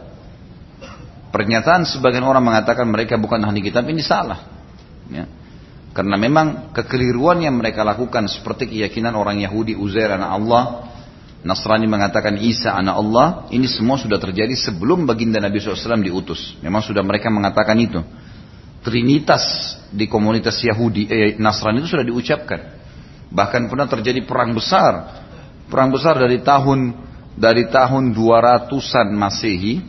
Pernyataan sebagian orang mengatakan mereka bukan ahli kitab ini salah. Ya. Karena memang kekeliruan yang mereka lakukan seperti keyakinan orang Yahudi Uzair anak Allah, Nasrani mengatakan Isa anak Allah, ini semua sudah terjadi sebelum baginda Nabi SAW diutus. Memang sudah mereka mengatakan itu. Trinitas di komunitas Yahudi, Nasrani itu sudah diucapkan. Bahkan pernah terjadi perang besar. Perang besar dari tahun 200-an Masehi,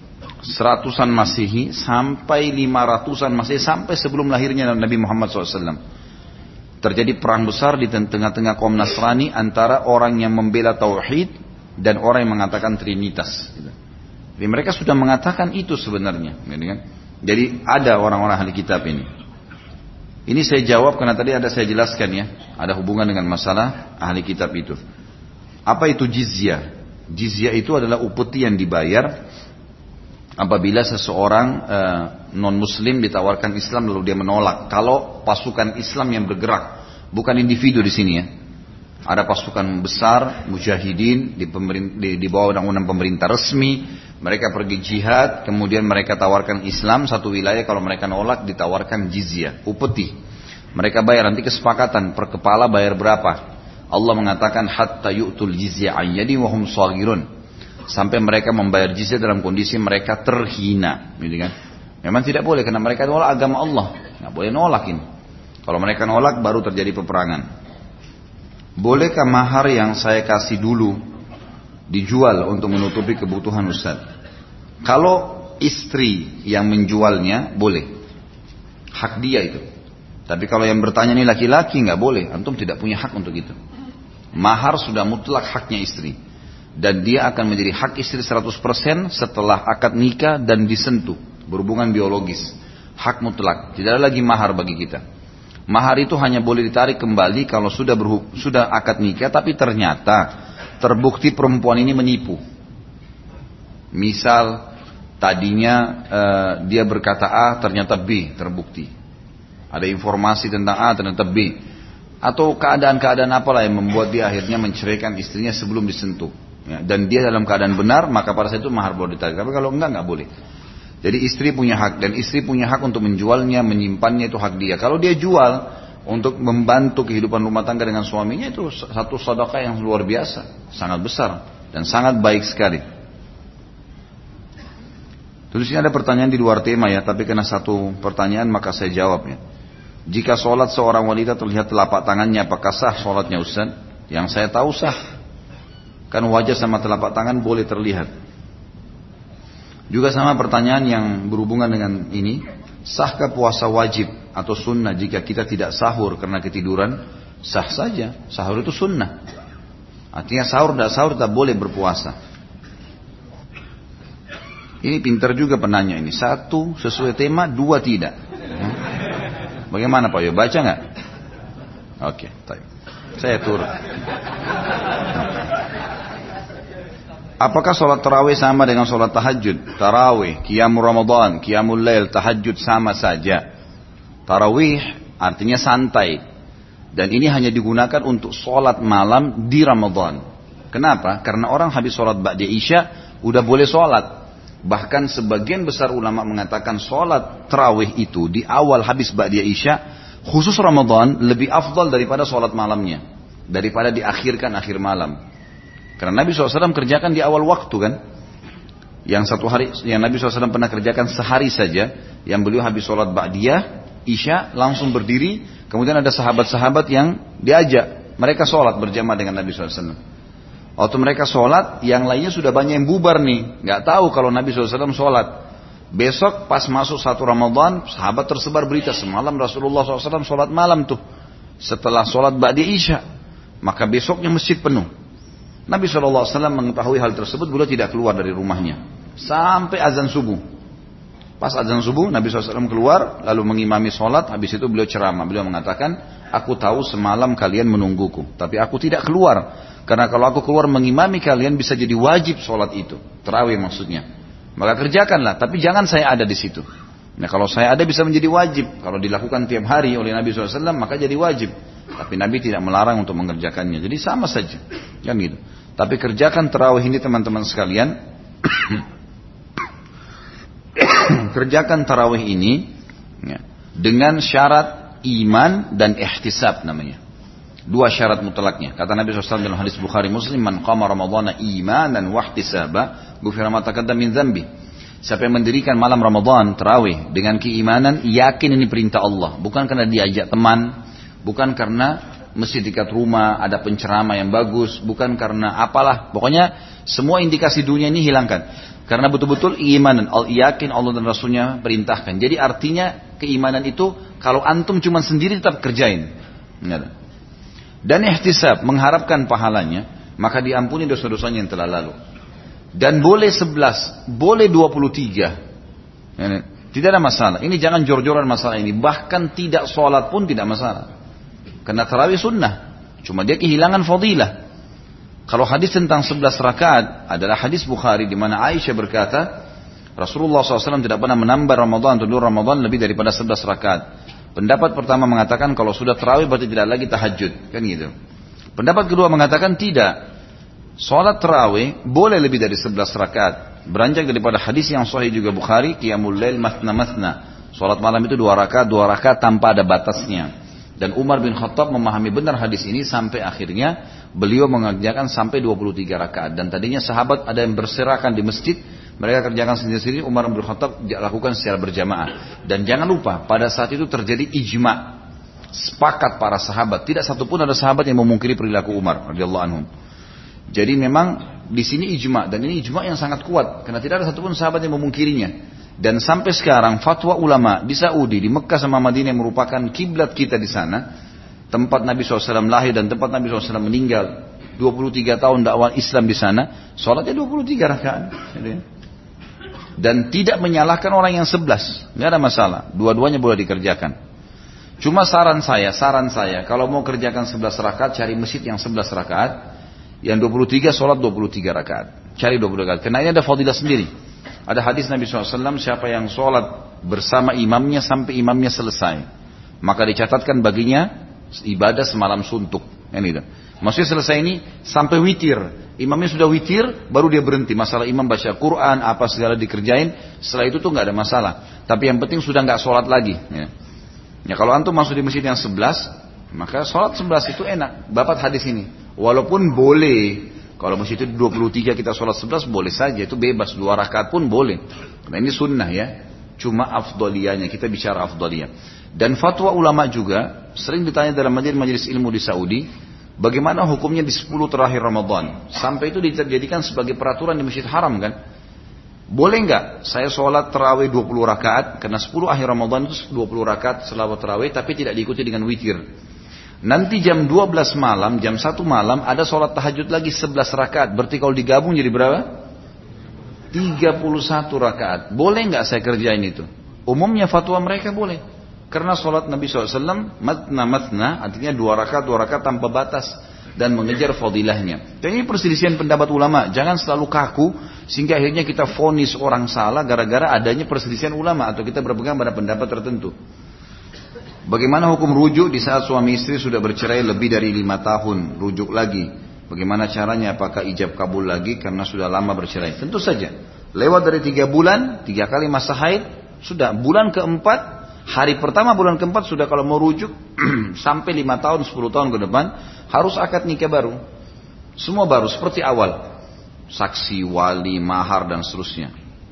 100-an Masehi sampai 500-an Masehi, sampai sebelum lahirnya Nabi Muhammad SAW. Terjadi perang besar di tengah-tengah kaum Nasrani antara orang yang membela tauhid dan orang yang mengatakan Trinitas. Jadi mereka sudah mengatakan itu sebenarnya, gitu kan? Jadi ada orang-orang ahli kitab ini. Ini saya jawab karena tadi ada saya jelaskan ya, ada hubungan dengan masalah ahli kitab itu. Apa itu jizyah? Jizyah itu adalah upeti yang dibayar apabila seseorang non-muslim ditawarkan Islam lalu dia menolak. Kalau pasukan Islam yang bergerak, bukan individu di sini ya. Ada pasukan besar, mujahidin di bawah undang-undang pemerintah resmi. Mereka pergi jihad, kemudian mereka tawarkan Islam satu wilayah, kalau mereka nolak ditawarkan jizyah, upeti. Mereka bayar, nanti kesepakatan per kepala bayar berapa. Allah mengatakan hatta yu'tul jizyah an yadin wa hum shaghirun. Sampai mereka membayar jizyah dalam kondisi mereka terhina, gitu kan? Memang tidak boleh karena mereka nolak agama Allah, nggak boleh nolakin. Kalau mereka nolak baru terjadi peperangan. Bolehkah mahar yang saya kasih dulu dijual untuk menutupi kebutuhan Ustaz? Kalau istri yang menjualnya boleh, hak dia itu. Tapi kalau yang bertanya ini laki-laki nggak boleh, antum tidak punya hak untuk itu. Mahar sudah mutlak haknya istri, dan dia akan menjadi hak istri 100% setelah akad nikah dan disentuh berhubungan biologis. Hak mutlak, tidak ada lagi mahar bagi kita. Mahar itu hanya boleh ditarik kembali kalau sudah akad nikah, tapi ternyata terbukti perempuan ini menipu. Misal tadinya dia berkata A, ternyata B, terbukti. Ada informasi tentang A, ternyata B. Atau keadaan-keadaan apalah yang membuat dia akhirnya menceraikan istrinya sebelum disentuh. Ya, dan dia dalam keadaan benar, maka pada saat itu mahar boleh ditarik. Tapi kalau enggak boleh. Jadi istri punya hak, dan istri punya hak untuk menjualnya, menyimpannya, itu hak dia. Kalau dia jual untuk membantu kehidupan rumah tangga dengan suaminya, itu satu sedekah yang luar biasa, sangat besar dan sangat baik sekali. Terusnya ada pertanyaan di luar tema ya, tapi karena satu pertanyaan maka saya jawabnya. Jika sholat seorang wanita terlihat telapak tangannya, apakah sah sholatnya Ustaz? Yang saya tahu sah. Kan wajah sama telapak tangan boleh terlihat. Juga sama pertanyaan yang berhubungan dengan ini, sahkah puasa wajib atau sunnah jika kita tidak sahur karena ketiduran, sah saja. Sahur itu sunnah. Artinya sahur tak boleh berpuasa. Ini pintar juga penanya ini. 1 sesuai tema, 2 tidak. Bagaimana Pak Yo? Baca nggak? Oke, saya turun. Apakah sholat tarawih sama dengan sholat tahajud? Tarawih, qiyamul Ramadan, qiyamul lail, tahajud sama saja. Tarawih artinya santai. Dan ini hanya digunakan untuk sholat malam di Ramadan. Kenapa? Karena orang habis sholat ba'da Isya udah boleh sholat. Bahkan sebagian besar ulama mengatakan sholat tarawih itu di awal habis ba'da Isya, khusus Ramadan lebih afdal daripada sholat malamnya. Daripada diakhirkan akhir malam. Karena Nabi SAW kerjakan di awal waktu kan. Yang satu hari, yang Nabi SAW pernah kerjakan sehari saja. Yang beliau habis sholat ba'diyah, Isya, langsung berdiri. Kemudian ada sahabat-sahabat yang diajak. Mereka sholat berjamaah dengan Nabi SAW. Waktu mereka sholat, yang lainnya sudah banyak yang bubar nih. Gak tahu kalau Nabi SAW sholat. Besok pas masuk 1 Ramadan, sahabat tersebar berita. Semalam Rasulullah SAW sholat malam tuh. Setelah sholat ba'diyah Isya. Maka besoknya masjid penuh. Nabi SAW mengetahui hal tersebut, beliau tidak keluar dari rumahnya sampai azan subuh. Pas azan subuh Nabi SAW keluar lalu mengimami sholat. Habis itu beliau ceramah. Beliau mengatakan, aku tahu semalam kalian menungguku, tapi aku tidak keluar karena kalau aku keluar mengimami kalian bisa jadi wajib sholat itu, tarawih maksudnya. Maka kerjakanlah, tapi jangan saya ada di situ. Nah kalau saya ada bisa menjadi wajib. Kalau dilakukan tiap hari oleh Nabi SAW maka jadi wajib. Tapi Nabi tidak melarang untuk mengerjakannya. Jadi sama saja. Kan gitu. Tapi kerjakan tarawih ini teman-teman sekalian. Kerjakan tarawih ini ya, dengan syarat iman dan ihtisab namanya. 2 syarat mutlaknya. Kata Nabi SAW dalam hadis Bukhari Muslim, man qama ramadhana imanan wa ihtisaba, ghufira ma taqaddama min dzambi. Siapa yang mendirikan malam Ramadan tarawih dengan keimanan, yakin ini perintah Allah, bukan karena diajak teman, bukan karena masjid dekat rumah ada penceramah yang bagus, bukan karena apalah, pokoknya semua indikasi dunia ini hilangkan. Karena betul-betul keimanan, yakin Allah dan Rasulnya perintahkan. Jadi artinya keimanan itu kalau antum cuma sendiri tetap kerjain. Dan ihtisab, mengharapkan pahalanya, maka diampuni dosa-dosanya yang telah lalu. Dan boleh 11, boleh 23. Tidak ada masalah. Ini jangan jor-joran masalah ini. Bahkan tidak sholat pun tidak masalah. Karena tarawih sunnah. Cuma dia kehilangan fadilah. Kalau hadis tentang 11 rakaat adalah hadis Bukhari di mana Aisyah berkata, Rasulullah SAW tidak pernah menambah Ramadan atau luar Ramadan lebih daripada 11 rakaat. Pendapat pertama mengatakan kalau sudah tarawih berarti tidak lagi tahajud, kan gitu. Pendapat kedua mengatakan tidak. Salat tarawih boleh lebih dari 11 rakaat. Beranjak daripada hadis yang sahih juga Bukhari, qiyamul lail mathna. Salat malam itu 2 rakaat tanpa ada batasnya. Dan Umar bin Khattab memahami benar hadis ini sampai akhirnya beliau mengerjakan sampai 23 rakaat. Dan tadinya sahabat ada yang berserakan di masjid, mereka kerjakan sendiri-sendiri, Umar bin Khattab lakukan secara berjamaah. Dan jangan lupa, pada saat itu terjadi ijma, sepakat para sahabat. Tidak satupun ada sahabat yang memungkiri perilaku Umar radhiyallahu anhum. Jadi memang di sini ijma, dan ini ijma yang sangat kuat karena tidak ada satupun sahabat yang memungkirinya. Dan sampai sekarang fatwa ulama di Saudi, di Mekah sama Madinah yang merupakan kiblat kita di sana, tempat Nabi SAW lahir dan tempat Nabi SAW meninggal, 23 tahun dakwah Islam di sana, sholatnya 23 rakaat. Dan tidak menyalahkan orang yang 11, nggak ada masalah, dua-duanya boleh dikerjakan. Cuma saran saya, kalau mau kerjakan 11 rakaat, cari masjid yang 11 rakaat, yang 23 sholat 23 rakaat, cari 23 rakaat, karena ini ada fadilah sendiri. Ada hadis Nabi SAW, siapa yang sholat bersama imamnya sampai imamnya selesai, maka dicatatkan baginya ibadah semalam suntuk. Maksudnya selesai ini sampai witir. Imamnya sudah witir, baru dia berhenti. Masalah imam baca Quran, apa segala dikerjain. Setelah itu tuh nggak ada masalah. Tapi yang penting sudah nggak sholat lagi. Ya kalau antum masuk di masjid yang 11, maka sholat 11 itu enak. Dapat hadis ini. Walaupun boleh. Kalau masjid itu 23 kita sholat 11 boleh saja, itu bebas, 2 rakaat pun boleh. Karena ini sunnah ya. Cuma afdaliyahnya, kita bicara afdaliyah. Dan fatwa ulama juga sering ditanya dalam majelis ilmu di Saudi, bagaimana hukumnya di 10 terakhir Ramadan? Sampai itu dijadikan sebagai peraturan di Masjid Haram kan. Boleh nggak saya sholat tarawih 20 rakaat, karena 10 akhir Ramadan itu 20 rakaat selawat tarawih, tapi tidak diikuti dengan witir. Nanti jam 12 malam, jam 1 malam ada sholat tahajud lagi 11 rakaat. Berarti kalau digabung jadi berapa? 31 rakaat. Boleh nggak saya kerjain itu? Umumnya fatwa mereka boleh. Karena sholat Nabi SAW matna, artinya 2 rakaat tanpa batas. Dan mengejar fadilahnya. Dan ini perselisihan pendapat ulama. Jangan selalu kaku sehingga akhirnya kita vonis orang salah gara-gara adanya perselisihan ulama atau kita berpegang pada pendapat tertentu. Bagaimana hukum rujuk di saat suami istri sudah bercerai lebih dari 5 tahun, rujuk lagi? Bagaimana caranya? Apakah ijab kabul lagi karena sudah lama bercerai? Tentu saja. Lewat dari 3 bulan, 3 kali masa haid, sudah bulan keempat. Hari pertama bulan keempat sudah kalau mau rujuk sampai 5 tahun, 10 tahun ke depan harus akad nikah baru. Semua baru seperti awal. Saksi, wali, mahar dan seterusnya.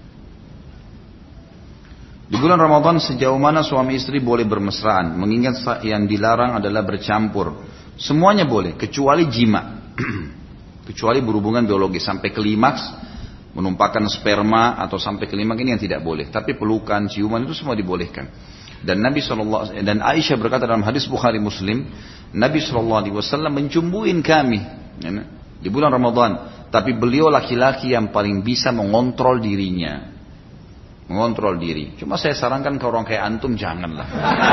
Di bulan Ramadan sejauh mana suami istri boleh bermesraan? Mengingat yang dilarang adalah bercampur. Semuanya boleh kecuali jima. Kecuali berhubungan biologi sampai klimaks, menumpahkan sperma atau sampai klimaks ini yang tidak boleh. Tapi pelukan, ciuman itu semua dibolehkan. Dan Nabi dan Aisyah berkata dalam hadis Bukhari Muslim, Nabi SAW mencumbuin kami di bulan Ramadan. Tapi beliau laki-laki yang paling bisa mengontrol dirinya. Mengontrol diri. Cuma saya sarankan ke orang kayak antum janganlah.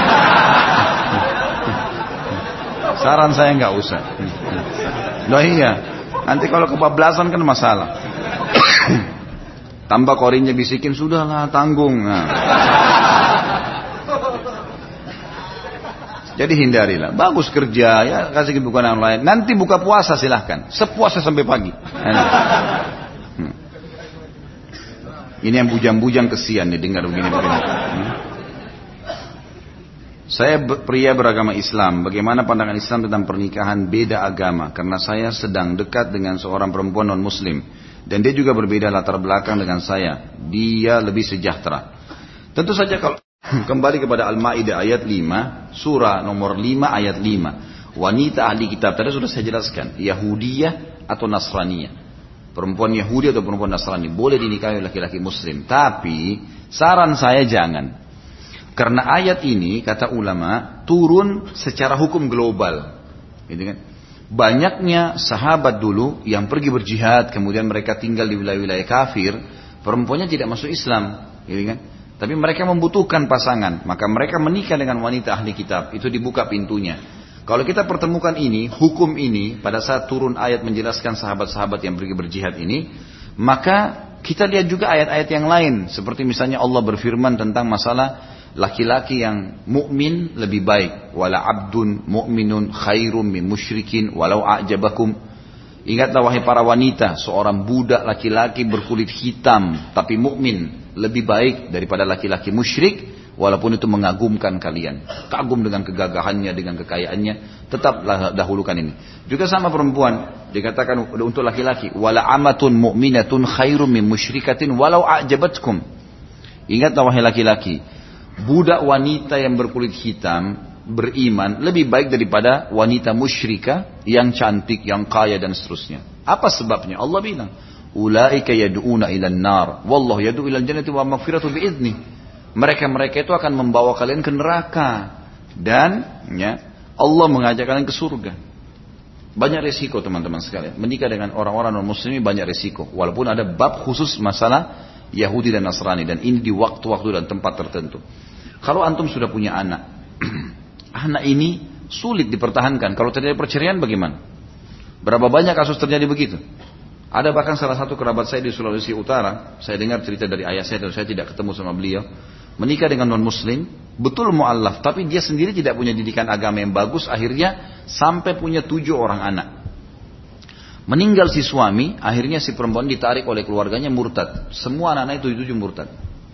Saran saya nggak usah. Loh iya, nanti kalau kebablasan kan masalah. Tambah korinnya bisikin, sudahlah tanggung. Nah. Jadi hindarilah. Bagus kerja ya, kasih kesibukan yang lain. Nanti buka puasa silahkan. Sepuasa sampai pagi. Ini yang bujang-bujang kesian nih dengar begini-begini. Saya pria beragama Islam. Bagaimana pandangan Islam tentang pernikahan beda agama? Karena saya sedang dekat dengan seorang perempuan non-muslim. Dan dia juga berbeda latar belakang dengan saya. Dia lebih sejahtera. Tentu saja kalau kembali kepada Al-Ma'idah ayat 5, surah nomor 5 ayat 5. Wanita ahli kitab, tadi sudah saya jelaskan, Yahudiyah atau Nasraniyah. Perempuan Yahudi atau perempuan Nasrani boleh dinikahi laki-laki muslim. Tapi saran saya jangan. Karena ayat ini kata ulama turun secara hukum global. Gitu kan? Banyaknya sahabat dulu yang pergi berjihad, kemudian mereka tinggal di wilayah-wilayah kafir, perempuannya tidak masuk Islam, gitu kan? Tapi mereka membutuhkan pasangan, maka mereka menikah dengan wanita ahli kitab, itu dibuka pintunya. Kalau kita pertemukan ini, hukum ini, pada saat turun ayat menjelaskan sahabat-sahabat yang pergi berjihad ini, maka kita lihat juga ayat-ayat yang lain, seperti misalnya Allah berfirman tentang masalah laki-laki yang mukmin lebih baik, wala abdun mu'minun khairum min musyrikin walau a'jabakum. Ingatlah wahai para wanita, seorang budak laki-laki berkulit hitam tapi mukmin lebih baik daripada laki-laki musyrik, walaupun itu mengagumkan kalian. Kagum dengan kegagahannya, dengan kekayaannya, tetaplah dahulukan ini. Juga sama perempuan, dikatakan untuk laki-laki, wala amatun mu'minatun khairum min musyrikatin walau a'jabatkum. Ingatlah wahai laki-laki, budak wanita yang berkulit hitam beriman lebih baik daripada wanita musyrikah yang cantik, yang kaya dan seterusnya. Apa sebabnya? Allah bilang, ulaika yad'una ilan nar wallahu yad'u ilal jannati wa maghfiratu bi'idni. Mereka itu akan membawa kalian ke neraka dan ya, Allah mengajak kalian ke surga. Banyak resiko teman-teman sekalian. Menikah dengan orang-orang non-muslim banyak resiko. Walaupun ada bab khusus masalah Yahudi dan Nasrani, dan ini di waktu-waktu dan tempat tertentu. Kalau antum sudah punya anak, anak ini sulit dipertahankan. Kalau terjadi perceraian bagaimana? Berapa banyak kasus terjadi begitu? Ada bahkan salah satu kerabat saya di Sulawesi Utara, saya dengar cerita dari ayah saya dan saya tidak ketemu sama beliau, menikah dengan non-muslim, betul mu'allaf, tapi dia sendiri tidak punya didikan agama yang bagus, akhirnya sampai punya 7 orang anak. Meninggal si suami, akhirnya si perempuan ditarik oleh keluarganya murtad. Semua anak-anak itu 7 murtad.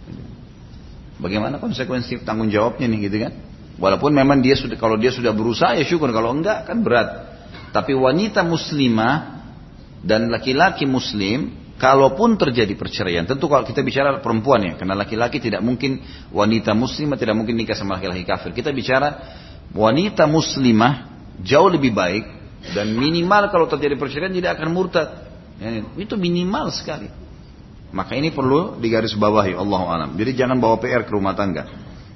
Bagaimana konsekuensi tanggung jawabnya nih, gitu kan? Walaupun memang dia sudah, kalau dia sudah berusaha ya syukur, kalau enggak kan berat. Tapi wanita muslimah dan laki-laki muslim, kalaupun terjadi perceraian, tentu kalau kita bicara perempuan ya, karena laki-laki tidak mungkin, wanita muslimah tidak mungkin nikah sama laki-laki kafir. Kita bicara wanita muslimah jauh lebih baik, dan minimal kalau terjadi perceraian tidak akan murtad. Ya, itu minimal sekali. Maka ini perlu digarisbawahi, Allahu a'lam. Jadi jangan bawa PR ke rumah tangga.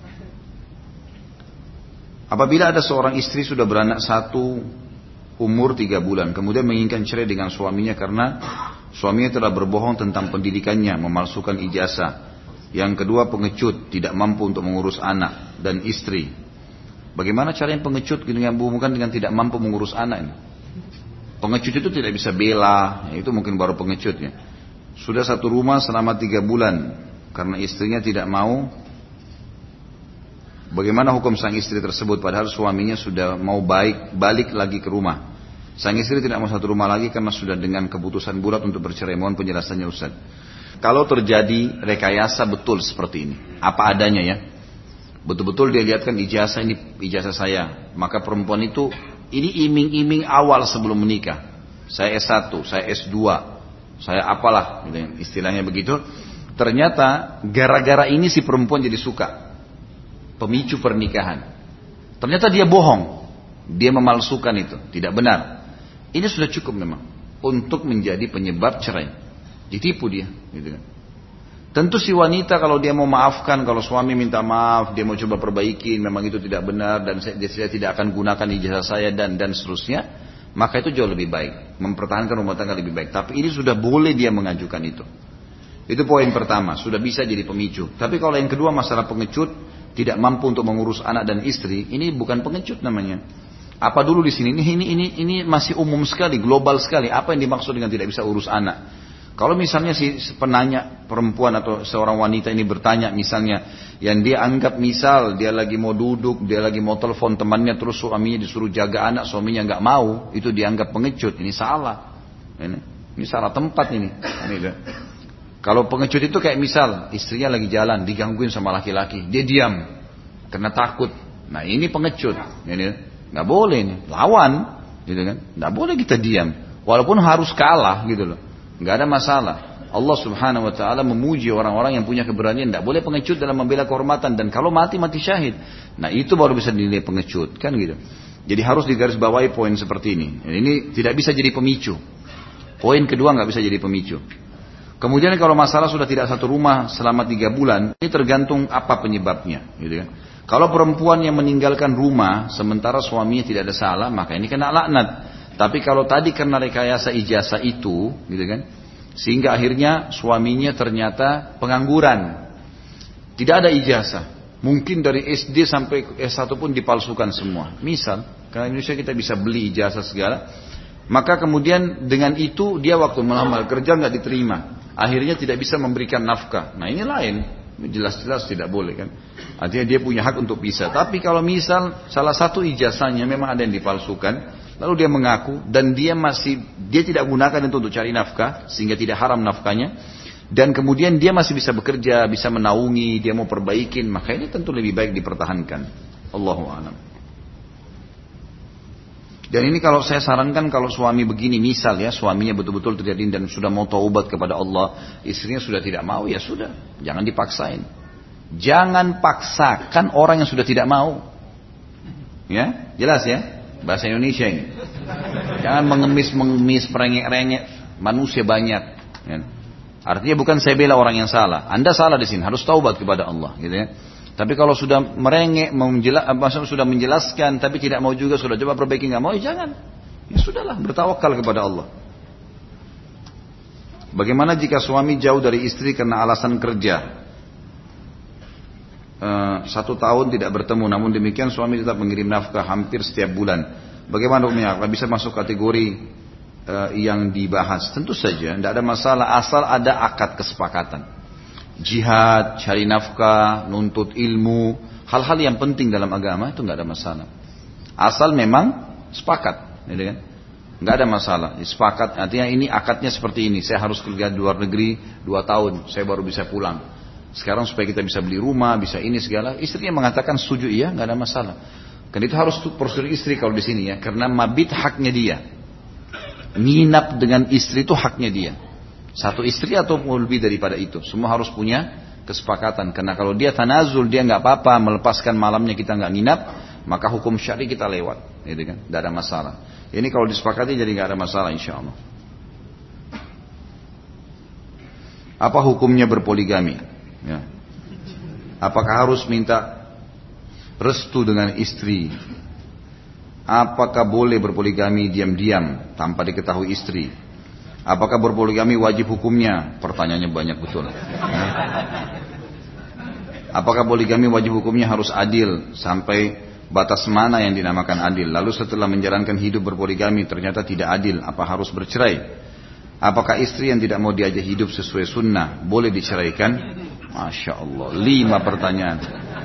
Apabila ada seorang istri sudah beranak satu umur 3 bulan, kemudian menginginkan cerai dengan suaminya karena suaminya telah berbohong tentang pendidikannya, memalsukan ijazah. Yang kedua pengecut, tidak mampu untuk mengurus anak dan istri. Bagaimana cara yang pengecut dengan hubungan dengan tidak mampu mengurus anak ini? Pengecut itu tidak bisa bela, itu mungkin baru pengecutnya. Sudah satu rumah selama 3 bulan karena istrinya tidak mau. Bagaimana hukum sang istri tersebut padahal suaminya sudah mau balik lagi ke rumah? Sang istri tidak mau satu rumah lagi karena sudah dengan keputusan bulat untuk bercerai. Mohon penjelasannya Ustaz. Kalau terjadi rekayasa betul seperti ini, apa adanya ya, betul-betul dia lihatkan ijazah, ini ijazah saya, maka perempuan itu ini iming-iming awal sebelum menikah. Saya S1, saya S2, saya apalah, istilahnya begitu. Ternyata gara-gara ini si perempuan jadi suka. Pemicu pernikahan. Ternyata dia bohong. Dia memalsukan itu. Tidak benar. Ini sudah cukup memang. Untuk menjadi penyebab cerai. Ditipu dia. Gitu kan. Tentu si wanita kalau dia mau maafkan. Kalau suami minta maaf. Dia mau coba perbaiki. Memang itu tidak benar. Dan saya tidak akan gunakan ijazah saya. Dan seterusnya. Maka itu jauh lebih baik. Mempertahankan rumah tangga lebih baik. Tapi ini sudah boleh dia mengajukan itu. Itu poin pertama. Sudah bisa jadi pemicu. Tapi kalau yang kedua masalah pengecut. Tidak mampu untuk mengurus anak dan istri, ini bukan pengecut namanya. Apa dulu di sini? Ini masih umum sekali, global sekali. Apa yang dimaksud dengan tidak bisa urus anak? Kalau misalnya si penanya perempuan atau seorang wanita ini bertanya misalnya, yang dia anggap misal dia lagi mau duduk, dia lagi mau telepon temannya, terus suaminya disuruh jaga anak, suaminya nggak mau, itu dianggap pengecut. Ini salah. Ini salah tempat ini. Kalau pengecut itu kayak misal istrinya lagi jalan digangguin sama laki-laki, dia diam karena takut. Nah ini pengecut, ini nggak boleh ini, lawan, gitu kan? Nggak boleh kita diam, walaupun harus kalah, gitu loh. Nggak ada masalah. Allah Subhanahu Wa Taala memuji orang-orang yang punya keberanian. Nggak boleh pengecut dalam membela kehormatan, dan kalau mati syahid. Nah itu baru bisa dinilai pengecut, kan gitu. Jadi harus digarisbawahi poin seperti ini. Ini tidak bisa jadi pemicu. Poin kedua nggak bisa jadi pemicu. Kemudian kalau masalah sudah tidak satu rumah selama 3 bulan, ini tergantung apa penyebabnya, gitu kan. Kalau perempuan yang meninggalkan rumah sementara suaminya tidak ada salah, maka ini kena laknat. Tapi kalau tadi karena rekayasa ijazah itu, gitu kan, sehingga akhirnya suaminya ternyata pengangguran, tidak ada ijazah, mungkin dari SD sampai S1 pun dipalsukan semua. Misal, karena Indonesia kita bisa beli ijazah segala, maka kemudian dengan itu dia waktu melamar kerja nggak diterima. Akhirnya tidak bisa memberikan nafkah. Nah ini lain. Jelas-jelas tidak boleh kan. Artinya dia punya hak untuk pisah. Tapi kalau misal salah satu ijazahnya memang ada yang dipalsukan. Lalu dia mengaku. Dan dia tidak gunakan itu untuk cari nafkah. Sehingga tidak haram nafkahnya. Dan kemudian dia masih bisa bekerja. Bisa menaungi. Dia mau perbaikin. Maka ini tentu lebih baik dipertahankan. Allahu a'lam. Dan ini kalau saya sarankan kalau suami begini misal ya, suaminya betul-betul terjadi dan sudah mau taubat kepada Allah, istrinya sudah tidak mau, ya sudah, jangan dipaksain. Jangan paksakan orang yang sudah tidak mau. Ya, jelas ya? Bahasa Indonesia ini. Jangan mengemis, merengek-rengek, manusia banyak. Ya. Artinya bukan saya bela orang yang salah. Anda salah di sini, harus taubat kepada Allah, gitu ya. Tapi kalau sudah merengek, sudah menjelaskan, tapi tidak mau juga, sudah coba perbaiki, nggak mau, ya jangan. Ya sudahlah, bertawakal kepada Allah. Bagaimana jika suami jauh dari istri karena alasan kerja? 1 tahun tidak bertemu, namun demikian suami tetap mengirim nafkah hampir setiap bulan. Bagaimana hukumnya? Apakah bisa masuk kategori yang dibahas? Tentu saja, tidak ada masalah, asal ada akad kesepakatan. Jihad, cari nafkah, nuntut ilmu, hal-hal yang penting dalam agama itu nggak ada masalah. Asal memang sepakat, gitu kan? Nggak ada masalah. Sepakat, artinya ini akadnya seperti ini. Saya harus kerja di luar negeri 2 tahun, saya baru bisa pulang. Sekarang supaya kita bisa beli rumah, bisa ini segala. Istrinya mengatakan setuju, iya, nggak ada masalah. Karena itu harus prosedur istri kalau di sini ya, karena mabit haknya dia. Nginap dengan istri itu haknya dia. 1 istri atau lebih daripada itu, semua harus punya kesepakatan. Karena kalau dia tanazul, dia nggak apa-apa melepaskan malamnya kita nggak nginap, maka hukum syari kita lewat, gitu kan? Tidak ada masalah. Ini kalau disepakati jadi nggak ada masalah, insya Allah. Apa hukumnya berpoligami? Ya. Apakah harus minta restu dengan istri? Apakah boleh berpoligami diam-diam tanpa diketahui istri? Apakah berpoligami wajib hukumnya? Pertanyaannya banyak betul. Ya. Apakah poligami wajib hukumnya harus adil? Sampai batas mana yang dinamakan adil? Lalu setelah menjalankan hidup berpoligami ternyata tidak adil, apa harus bercerai? Apakah istri yang tidak mau diajak hidup sesuai sunnah boleh diceraikan? Masya Allah, 5 pertanyaan.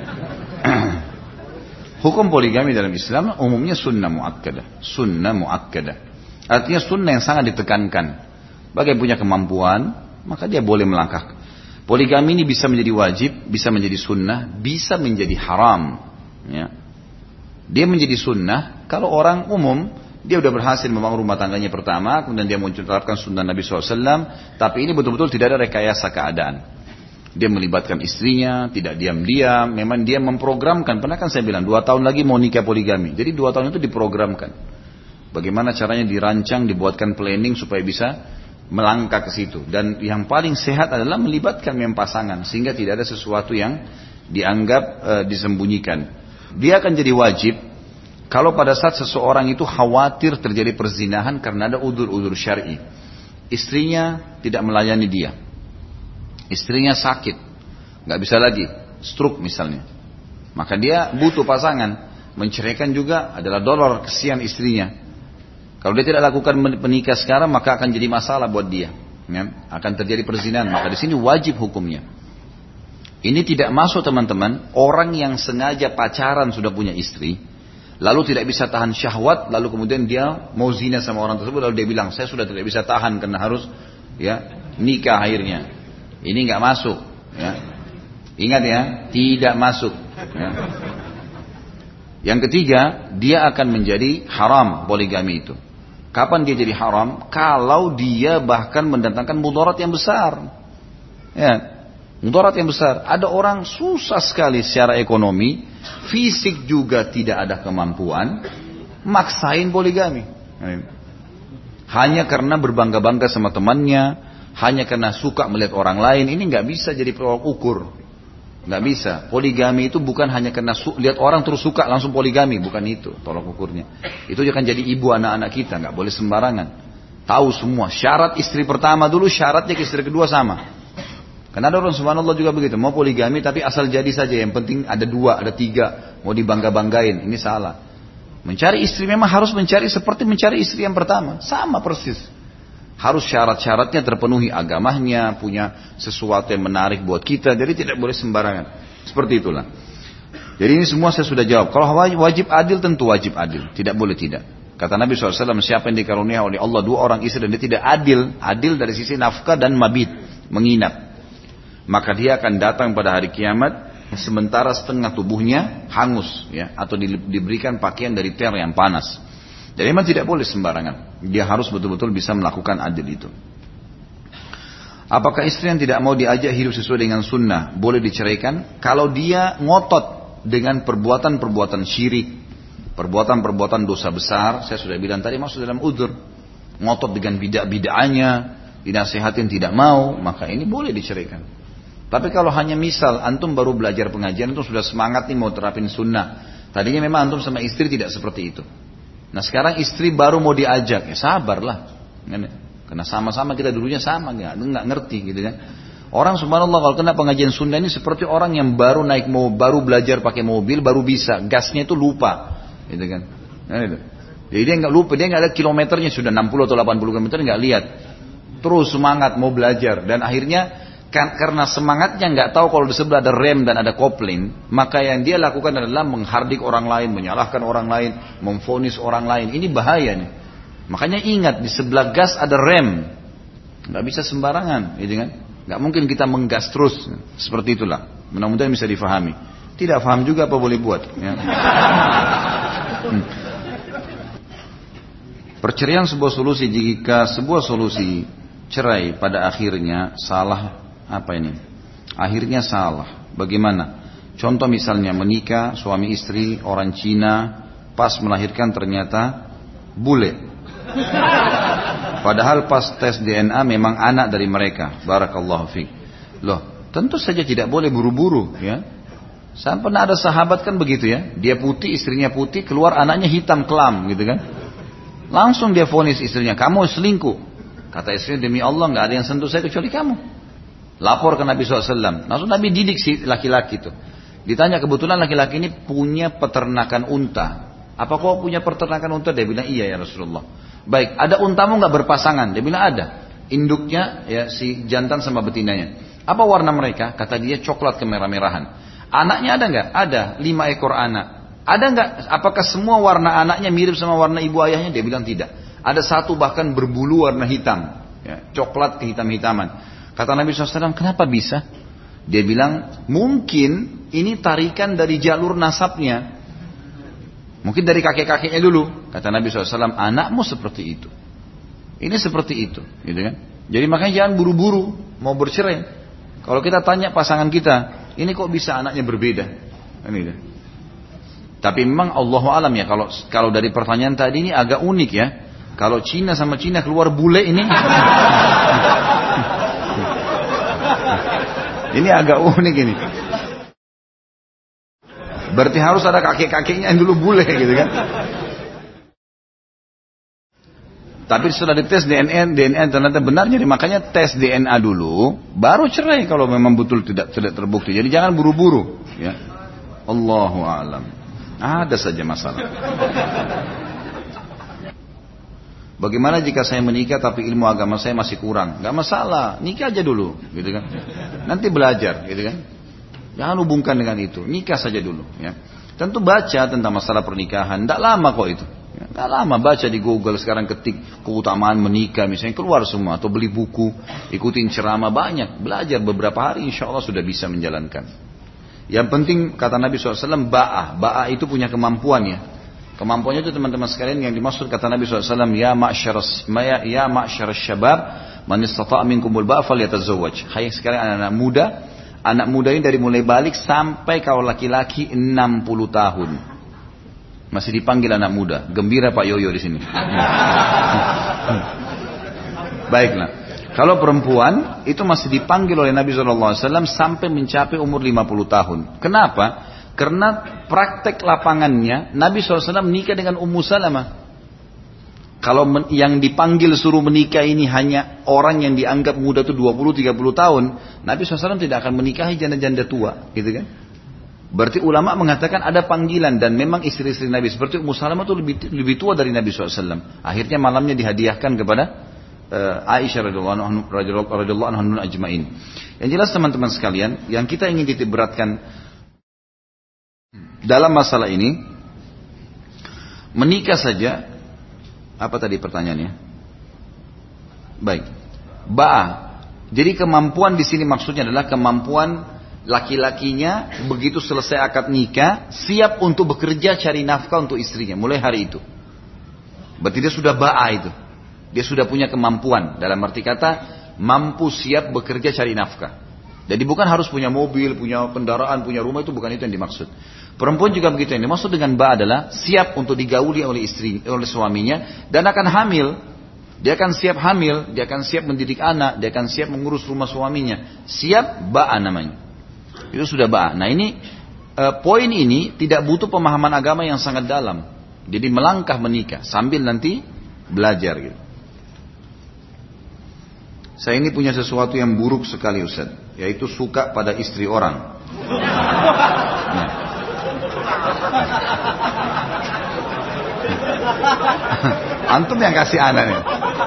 Hukum poligami dalam Islam umumnya sunnah muakkadah. Sunnah muakkadah. Artinya sunnah yang sangat ditekankan. Bagi yang punya kemampuan, maka dia boleh melangkah. Poligami ini bisa menjadi wajib, bisa menjadi sunnah, bisa menjadi haram. Ya. Dia menjadi sunnah kalau orang umum, dia sudah berhasil membangun rumah tangganya pertama, kemudian dia mencontohkan sunnah Nabi SAW, tapi ini betul-betul tidak ada rekayasa keadaan. Dia melibatkan istrinya, tidak diam-diam, memang dia memprogramkan. Pernah kan saya bilang, 2 tahun lagi mau nikah poligami. Jadi 2 tahun itu diprogramkan. Bagaimana caranya dirancang, dibuatkan planning supaya bisa melangkah ke situ. Dan yang paling sehat adalah melibatkan memang pasangan, sehingga tidak ada sesuatu yang dianggap disembunyikan. Dia akan jadi wajib kalau pada saat seseorang itu khawatir terjadi perzinahan karena ada udzur-udzur syar'i. Istrinya tidak melayani dia. Istrinya sakit, nggak bisa lagi, stroke misalnya. Maka dia butuh pasangan. Menceraikan juga adalah dolor, kesian istrinya. Kalau dia tidak lakukan menikah sekarang, maka akan jadi masalah buat dia. Ya? Akan terjadi perzinahan. Maka di sini wajib hukumnya. Ini tidak masuk teman-teman, orang yang sengaja pacaran sudah punya istri, lalu tidak bisa tahan syahwat, lalu kemudian dia mau zina sama orang tersebut, lalu dia bilang, saya sudah tidak bisa tahan karena harus nikah akhirnya. Ini nggak masuk. Ya. Ingat ya, tidak masuk. Ya. Yang ketiga, dia akan menjadi haram poligami itu. Kapan dia jadi haram? Kalau dia bahkan mendatangkan mudarat yang besar. Ya. Mudarat yang besar. Ada orang susah sekali secara ekonomi, fisik juga tidak ada kemampuan, maksain poligami. Hanya karena berbangga-bangga sama temannya, hanya karena suka melihat orang lain, ini nggak bisa jadi tolak ukur. Nggak bisa. Poligami itu bukan hanya karena lihat orang terus suka langsung poligami, bukan itu tolak ukurnya. Itu akan jadi ibu anak-anak kita, nggak boleh sembarangan. Tahu semua syarat istri pertama dulu, syaratnya ke istri kedua sama. Karena ada orang subhanallah juga begitu, mau poligami tapi asal jadi saja, yang penting ada 2, ada 3, mau dibangga-banggain, ini salah. Mencari istri memang harus mencari seperti mencari istri yang pertama, sama persis. Harus syarat-syaratnya terpenuhi, agamanya, punya sesuatu yang menarik buat kita, jadi tidak boleh sembarangan. Seperti itulah. Jadi ini semua saya sudah jawab. Kalau wajib adil, tentu wajib adil, tidak boleh tidak. Kata Nabi SAW, siapa yang dikaruniai oleh Allah 2 orang istri dan dia tidak adil, adil dari sisi nafkah dan mabit, menginap, maka dia akan datang pada hari kiamat sementara setengah tubuhnya hangus, ya, atau diberikan pakaian dari ter yang panas. Jadi memang tidak boleh sembarangan. Dia harus betul-betul bisa melakukan adil itu. Apakah istri yang tidak mau diajak hidup sesuai dengan sunnah boleh diceraikan? Kalau dia ngotot dengan perbuatan-perbuatan syirik, perbuatan-perbuatan dosa besar, saya sudah bilang tadi masuk dalam udzur. Ngotot dengan bid'ah-bid'ahnya, dinasihatin tidak mau, maka ini boleh diceraikan. Tapi kalau hanya misal antum baru belajar pengajian, antum sudah semangat nih mau terapin sunnah. Tadinya memang antum sama istri tidak seperti itu. Nah sekarang istri baru mau diajak, ya sabarlah. Karena sama-sama kita dulunya sama, nggak ngerti gitu kan. Orang subhanallah kalau kena pengajian sunnah ini seperti orang yang baru naik baru belajar pakai mobil, baru bisa, gasnya itu lupa, gitu kan. Nah, gitu. Jadi dia nggak lupa, dia nggak lihat kilometernya sudah 60 atau 80 km nggak lihat. Terus semangat mau belajar dan akhirnya karena semangatnya nggak tahu kalau di sebelah ada rem dan ada kopling, maka yang dia lakukan adalah menghardik orang lain, menyalahkan orang lain, memvonis orang lain. Ini bahaya nih. Makanya ingat di sebelah gas ada rem, nggak bisa sembarangan, gitu kan? Nggak mungkin kita menggas terus, seperti itulah. Mudah-mudahan bisa difahami. Tidak paham juga apa boleh buat. Ya. Perceraian sebuah solusi jika sebuah solusi cerai pada akhirnya salah. Apa ini? Akhirnya salah. Bagaimana? Contoh misalnya menikah suami istri orang Cina, pas melahirkan ternyata bule. Padahal pas tes DNA memang anak dari mereka. Barakallahu fiik. Loh, tentu saja tidak boleh buru-buru, ya. Sampai pernah ada sahabat kan begitu ya. Dia putih, istrinya putih, keluar anaknya hitam kelam gitu kan. Langsung dia vonis istrinya, kamu selingkuh. Kata istrinya, demi Allah nggak ada yang sentuh saya kecuali kamu. Lapor ke Nabi SAW. Langsung Nabi didik si laki-laki itu. Ditanya, kebetulan laki-laki ini punya peternakan unta. Apa kau punya peternakan unta? Dia bilang, iya ya Rasulullah. Baik, ada untamu nggak berpasangan? Dia bilang ada. Induknya ya si jantan sama betinanya. Apa warna mereka? Kata dia coklat kemerah-merahan. Anaknya ada nggak? Ada, 5 ekor anak. Ada nggak? Apakah semua warna anaknya mirip sama warna ibu ayahnya? Dia bilang tidak. Ada satu bahkan berbulu warna hitam, ya, coklat kehitam-hitaman. Kata Nabi SAW, kenapa bisa? Dia bilang, mungkin ini tarikan dari jalur nasabnya. Mungkin dari kakek-kakeknya dulu. Kata Nabi SAW, anakmu seperti itu. Ini seperti itu, gitu kan? Jadi makanya jangan buru-buru mau bercerai. Kalau kita tanya pasangan kita, ini kok bisa anaknya berbeda? Ini kan? Tapi memang Allahu alam ya. Kalau dari pertanyaan tadi ini agak unik ya. Kalau Cina sama Cina keluar bule ini, ini agak unik ini. Berarti harus ada kakek-kakeknya yang dulu bule gitu kan. Tapi setelah dites DNA ternyata benar, jadi makanya tes DNA dulu, baru cerai kalau memang betul tidak terbukti. Jadi jangan buru-buru, ya. Allahu a'lam. Ada saja masalah. Bagaimana jika saya menikah tapi ilmu agama saya masih kurang? Gak masalah, nikah aja dulu, gitu kan. Nanti belajar, gitu kan. Jangan hubungkan dengan itu, nikah saja dulu, ya. Tentu baca tentang masalah pernikahan, tidak lama kok itu. Tidak lama, baca di Google sekarang, ketik keutamaan menikah misalnya, keluar semua. Atau beli buku, ikutin ceramah banyak, belajar beberapa hari, insya Allah sudah bisa menjalankan. Yang penting kata Nabi SAW, ba'ah itu punya kemampuan ya. Kemampuannya itu teman-teman sekalian yang dimaksud kata Nabi SAW, ya ma'syar syabab, man istata' minkumul ba'a falyatazawwaj. Hai sekalian anak muda ini dari mulai balik sampai kalau laki-laki 60 tahun. Masih dipanggil anak muda. Gembira Pak Yoyo di sini. Baiklah. Kalau perempuan itu masih dipanggil oleh Nabi SAW sampai mencapai umur 50 tahun. Kenapa? Karena praktek lapangannya Nabi SAW menikah dengan Ummu Salamah. Kalau yang dipanggil suruh menikah ini hanya orang yang dianggap muda itu 20-30 tahun, Nabi SAW tidak akan menikahi janda-janda tua, gitu kan? Berarti ulama mengatakan ada panggilan dan memang istri-istri Nabi seperti Ummu Salamah itu lebih tua dari Nabi SAW. Akhirnya malamnya dihadiahkan kepada Aisyah radhiyallahu anha ajmain. Yang jelas teman-teman sekalian, yang kita ingin titik beratkan dalam masalah ini, menikah saja. Apa tadi pertanyaannya? Baik. Jadi kemampuan di sini maksudnya adalah kemampuan laki-lakinya begitu selesai akad nikah siap untuk bekerja cari nafkah untuk istrinya mulai hari itu. Berarti dia sudah itu. Dia sudah punya kemampuan, dalam arti kata mampu siap bekerja cari nafkah. Jadi bukan harus punya mobil, punya kendaraan, punya rumah, itu bukan itu yang dimaksud. Perempuan juga begitu, yang dimaksud dengan adalah siap untuk digauli oleh suaminya dan akan hamil. Dia akan siap hamil, dia akan siap mendidik anak, dia akan siap mengurus rumah suaminya. Siap namanya. Itu sudah Nah ini poin ini tidak butuh pemahaman agama yang sangat dalam. Jadi melangkah menikah sambil nanti belajar gitu. Saya ini punya sesuatu yang buruk sekali Ustaz, yaitu suka pada istri orang. Nah. Antum yang kasih anak nih.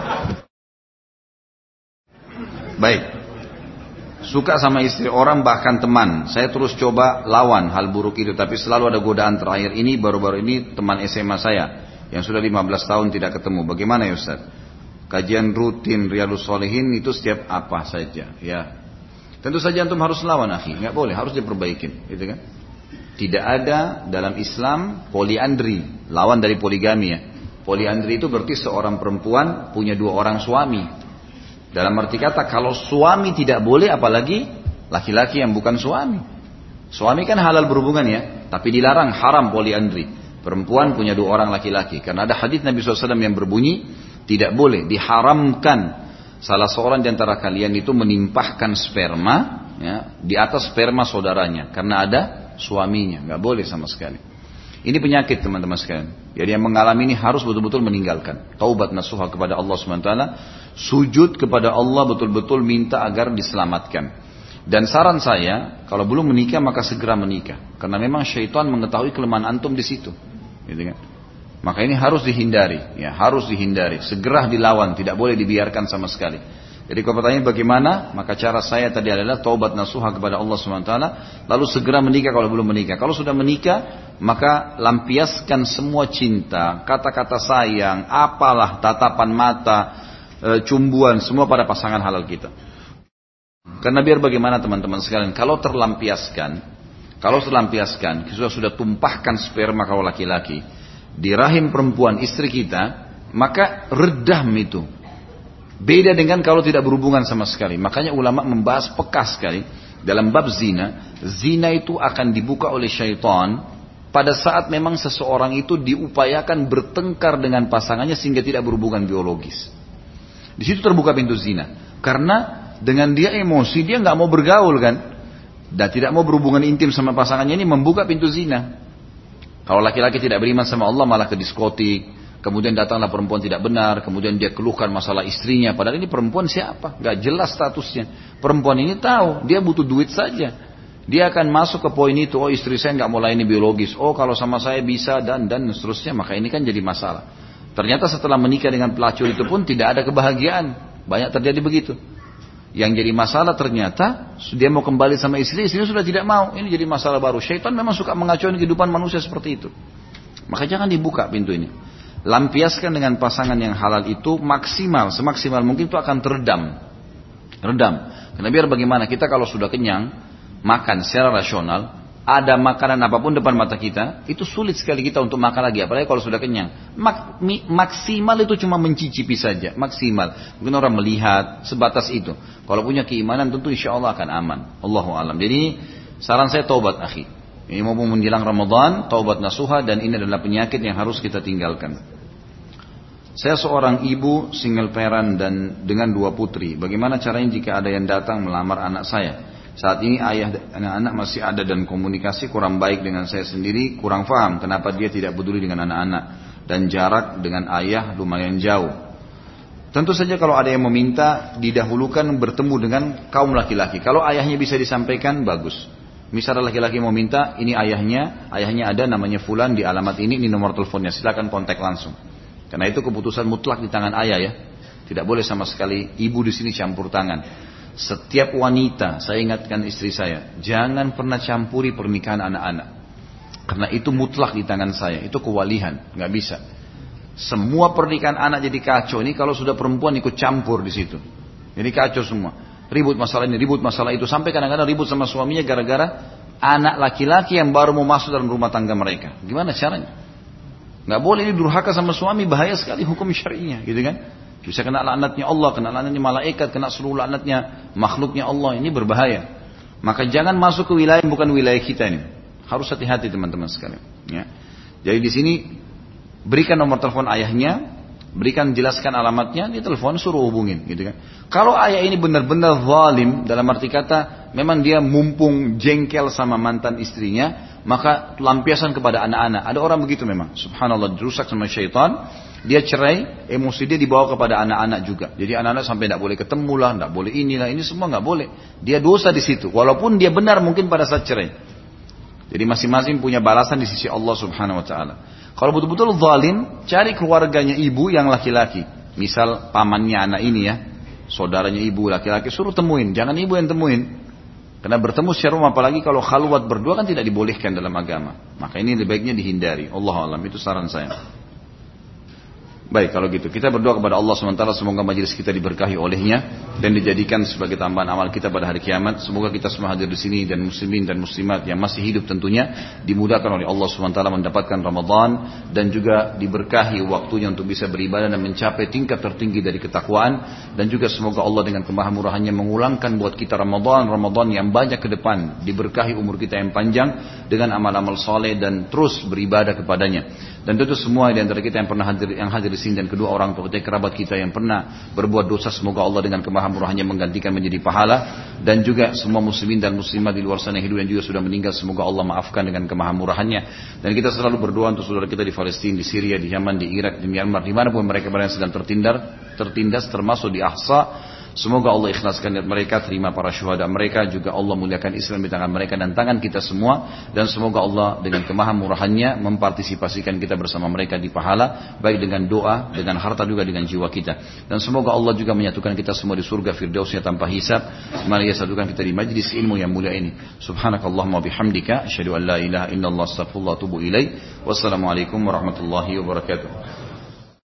Baik. Suka sama istri orang bahkan teman. Saya terus coba lawan hal buruk itu, tapi selalu ada godaan. Terakhir ini baru-baru ini teman SMA saya yang sudah 15 tahun tidak ketemu. Bagaimana ya Ustaz? Kajian rutin Riyadhus Shalihin itu setiap apa saja, ya. Tentu saja antum harus lawan, akhi. Nggak boleh, harus diperbaikin, gitu kan? Tidak ada dalam Islam poliandri, lawan dari poligami ya. Poliandri itu berarti seorang perempuan punya 2 orang suami. Dalam arti kata kalau suami tidak boleh, apalagi laki-laki yang bukan suami. Suami kan halal berhubungan ya, tapi dilarang, haram poliandri. Perempuan punya 2 orang laki-laki. Karena ada hadits Nabi SAW yang berbunyi, Tidak boleh, diharamkan salah seorang di antara kalian itu menimpahkan sperma ya, di atas sperma saudaranya karena ada suaminya. Nggak boleh sama sekali. Ini penyakit teman-teman sekalian. Jadi yang mengalami ini harus betul-betul meninggalkan. Taubat nasuha kepada Allah SWT. Sujud kepada Allah betul-betul minta agar diselamatkan. Dan saran saya, kalau belum menikah maka segera menikah. Karena memang syaitan mengetahui kelemahan antum di situ. Gitu kan? Maka ini harus dihindari. Ya, harus dihindari. Segera dilawan. Tidak boleh dibiarkan sama sekali. Jadi kalau pertanyaan bagaimana, maka cara saya tadi adalah taubat nasuha kepada Allah SWT, lalu segera menikah kalau belum menikah. Kalau sudah menikah, maka lampiaskan semua cinta, kata-kata sayang, apalah, tatapan mata, cumbuan, semua pada pasangan halal kita. Karena biar bagaimana teman-teman sekalian, kalau terlampiaskan, kita sudah tumpahkan sperma kalau laki-laki, di rahim perempuan istri kita, maka redam itu. Beda dengan kalau tidak berhubungan sama sekali. Makanya ulama membahas peka sekali dalam bab zina. Zina itu akan dibuka oleh syaitan pada saat memang seseorang itu diupayakan bertengkar dengan pasangannya sehingga tidak berhubungan biologis. Di situ terbuka pintu zina. Karena dengan dia emosi, dia nggak mau bergaul kan, dan tidak mau berhubungan intim sama pasangannya, ini membuka pintu zina. Kalau laki-laki tidak beriman sama Allah malah ke diskotik. Kemudian datanglah perempuan tidak benar, kemudian dia keluhkan masalah istrinya. Padahal ini perempuan siapa? Gak jelas statusnya. Perempuan ini tahu, dia butuh duit saja. Dia akan masuk ke poin itu, oh istri saya gak mau layani biologis. Oh kalau sama saya bisa dan seterusnya. Maka ini kan jadi masalah. Ternyata setelah menikah dengan pelacur itu pun tidak ada kebahagiaan. Banyak terjadi begitu. Yang jadi masalah ternyata dia mau kembali sama istrinya sudah tidak mau. Ini jadi masalah baru. Syaitan memang suka mengacaukan kehidupan manusia seperti itu. Maka jangan dibuka pintu ini. Lampiaskan dengan pasangan yang halal itu maksimal, semaksimal mungkin itu akan teredam. Karena biar bagaimana kita kalau sudah kenyang, makan secara rasional, ada makanan apapun depan mata kita, itu sulit sekali kita untuk makan lagi, apalagi kalau sudah kenyang. Maksimal itu cuma mencicipi saja, maksimal. Mungkin orang melihat, sebatas itu. Kalau punya keimanan tentu insya Allah akan aman. Allahu alam. Jadi saran saya taubat akhi. Ini mau menjelang Ramadan, taubat nasuha, dan ini adalah penyakit yang harus kita tinggalkan. Saya seorang ibu single parent dan dengan 2 putri. Bagaimana caranya jika ada yang datang melamar anak saya? Saat ini ayah dan anak-anak masih ada dan komunikasi kurang baik dengan saya sendiri. Kurang paham kenapa dia tidak peduli dengan anak-anak. Dan jarak dengan ayah lumayan jauh. Tentu saja kalau ada yang meminta didahulukan bertemu dengan kaum laki-laki. Kalau ayahnya bisa disampaikan bagus. Misalnya laki-laki mau minta, ini ayahnya ada namanya Fulan di alamat ini nomor teleponnya. Silakan kontak langsung. Karena itu keputusan mutlak di tangan ayah ya. Tidak boleh sama sekali ibu di sini campur tangan. Setiap wanita, saya ingatkan istri saya, jangan pernah campuri pernikahan anak-anak. Karena itu mutlak di tangan saya, itu kewalihan, nggak bisa. Semua pernikahan anak jadi kacau ini kalau sudah perempuan ikut campur di situ. Jadi kacau semua. Ribut masalah ini, ribut masalah itu, sampai kadang-kadang ribut sama suaminya gara-gara anak laki-laki yang baru mau masuk dalam rumah tangga mereka. Gimana caranya? Nggak boleh, ini durhaka sama suami, bahaya sekali hukum syar'inya, gitu kan? Bisa kena laknatnya Allah, kena laknatnya malaikat, kena seluruh laknatnya makhluknya Allah, ini berbahaya. Maka jangan masuk ke wilayah yang bukan wilayah kita ini. Harus hati-hati teman-teman sekalian. Ya. Jadi di sini berikan nomor telepon ayahnya, jelaskan alamatnya, dia telepon suruh hubungin, gitu kan? Kalau ayah ini benar-benar zalim, dalam arti kata, memang dia mumpung jengkel sama mantan istrinya, maka lampiasan kepada anak-anak. Ada orang begitu memang, subhanallah, dirusak sama syaitan, dia cerai, emosi dia dibawa kepada anak-anak juga. Jadi anak-anak sampai tidak boleh ketemu lah, tidak boleh inilah, ini semua nggak boleh. Dia dosa di situ, walaupun dia benar mungkin pada saat cerai. Jadi masing-masing punya balasan di sisi Allah subhanahu wa ta'ala. Kalau betul-betul zalim, cari keluarganya ibu yang laki-laki. Misal pamannya anak ini ya, saudaranya ibu laki-laki, suruh temuin, jangan ibu yang temuin. Karena bertemu secara umum, apalagi kalau khalwat berdua kan tidak dibolehkan dalam agama. Maka ini lebih baiknya dihindari. Allahu a'lam, itu saran saya. Baik, kalau gitu kita berdoa kepada Allah SWT, semoga majelis kita diberkahi olehnya dan dijadikan sebagai tambahan amal kita pada hari kiamat. Semoga kita semua hadir di sini dan muslimin dan muslimat yang masih hidup tentunya dimudahkan oleh Allah SWT mendapatkan Ramadan dan juga diberkahi waktunya untuk bisa beribadah dan mencapai tingkat tertinggi dari ketakwaan. Dan juga semoga Allah dengan kemahamurahannya mengulangkan buat kita Ramadan yang banyak ke depan, diberkahi umur kita yang panjang dengan amal-amal soleh dan terus beribadah kepadanya. Dan tentu semua di antara kita yang pernah hadir di Filistin dan kedua orang tua kita, kerabat kita yang pernah berbuat dosa, semoga Allah dengan kemahamurahannya menggantikan menjadi pahala, dan juga semua muslimin dan muslimat di luar sana hidup dan juga sudah meninggal, semoga Allah maafkan dengan kemahamurahannya. Dan kita selalu berdoa untuk saudara kita di Palestina, di Syria, di Yaman, di Irak, di Myanmar, dimanapun mereka berada sedang tertindas termasuk di Ahsa. Semoga Allah ikhlaskan niat mereka, terima para syuhada mereka, juga Allah muliakan Islam di tangan mereka dan tangan kita semua, dan semoga Allah dengan kemahamurahannya mempartisipasikan kita bersama mereka di pahala, baik dengan doa, dengan harta, juga dengan jiwa kita. Dan semoga Allah juga menyatukan kita semua di surga firdausnya tanpa hisab. Mari Dia satukan kita di majlis ilmu yang mulia ini. Subhanakallahumma bihamdika, asyhadu an la ilaha illallah, astaghfirullah wa atubu ilaik. Wassalamualaikum warahmatullahi wabarakatuh.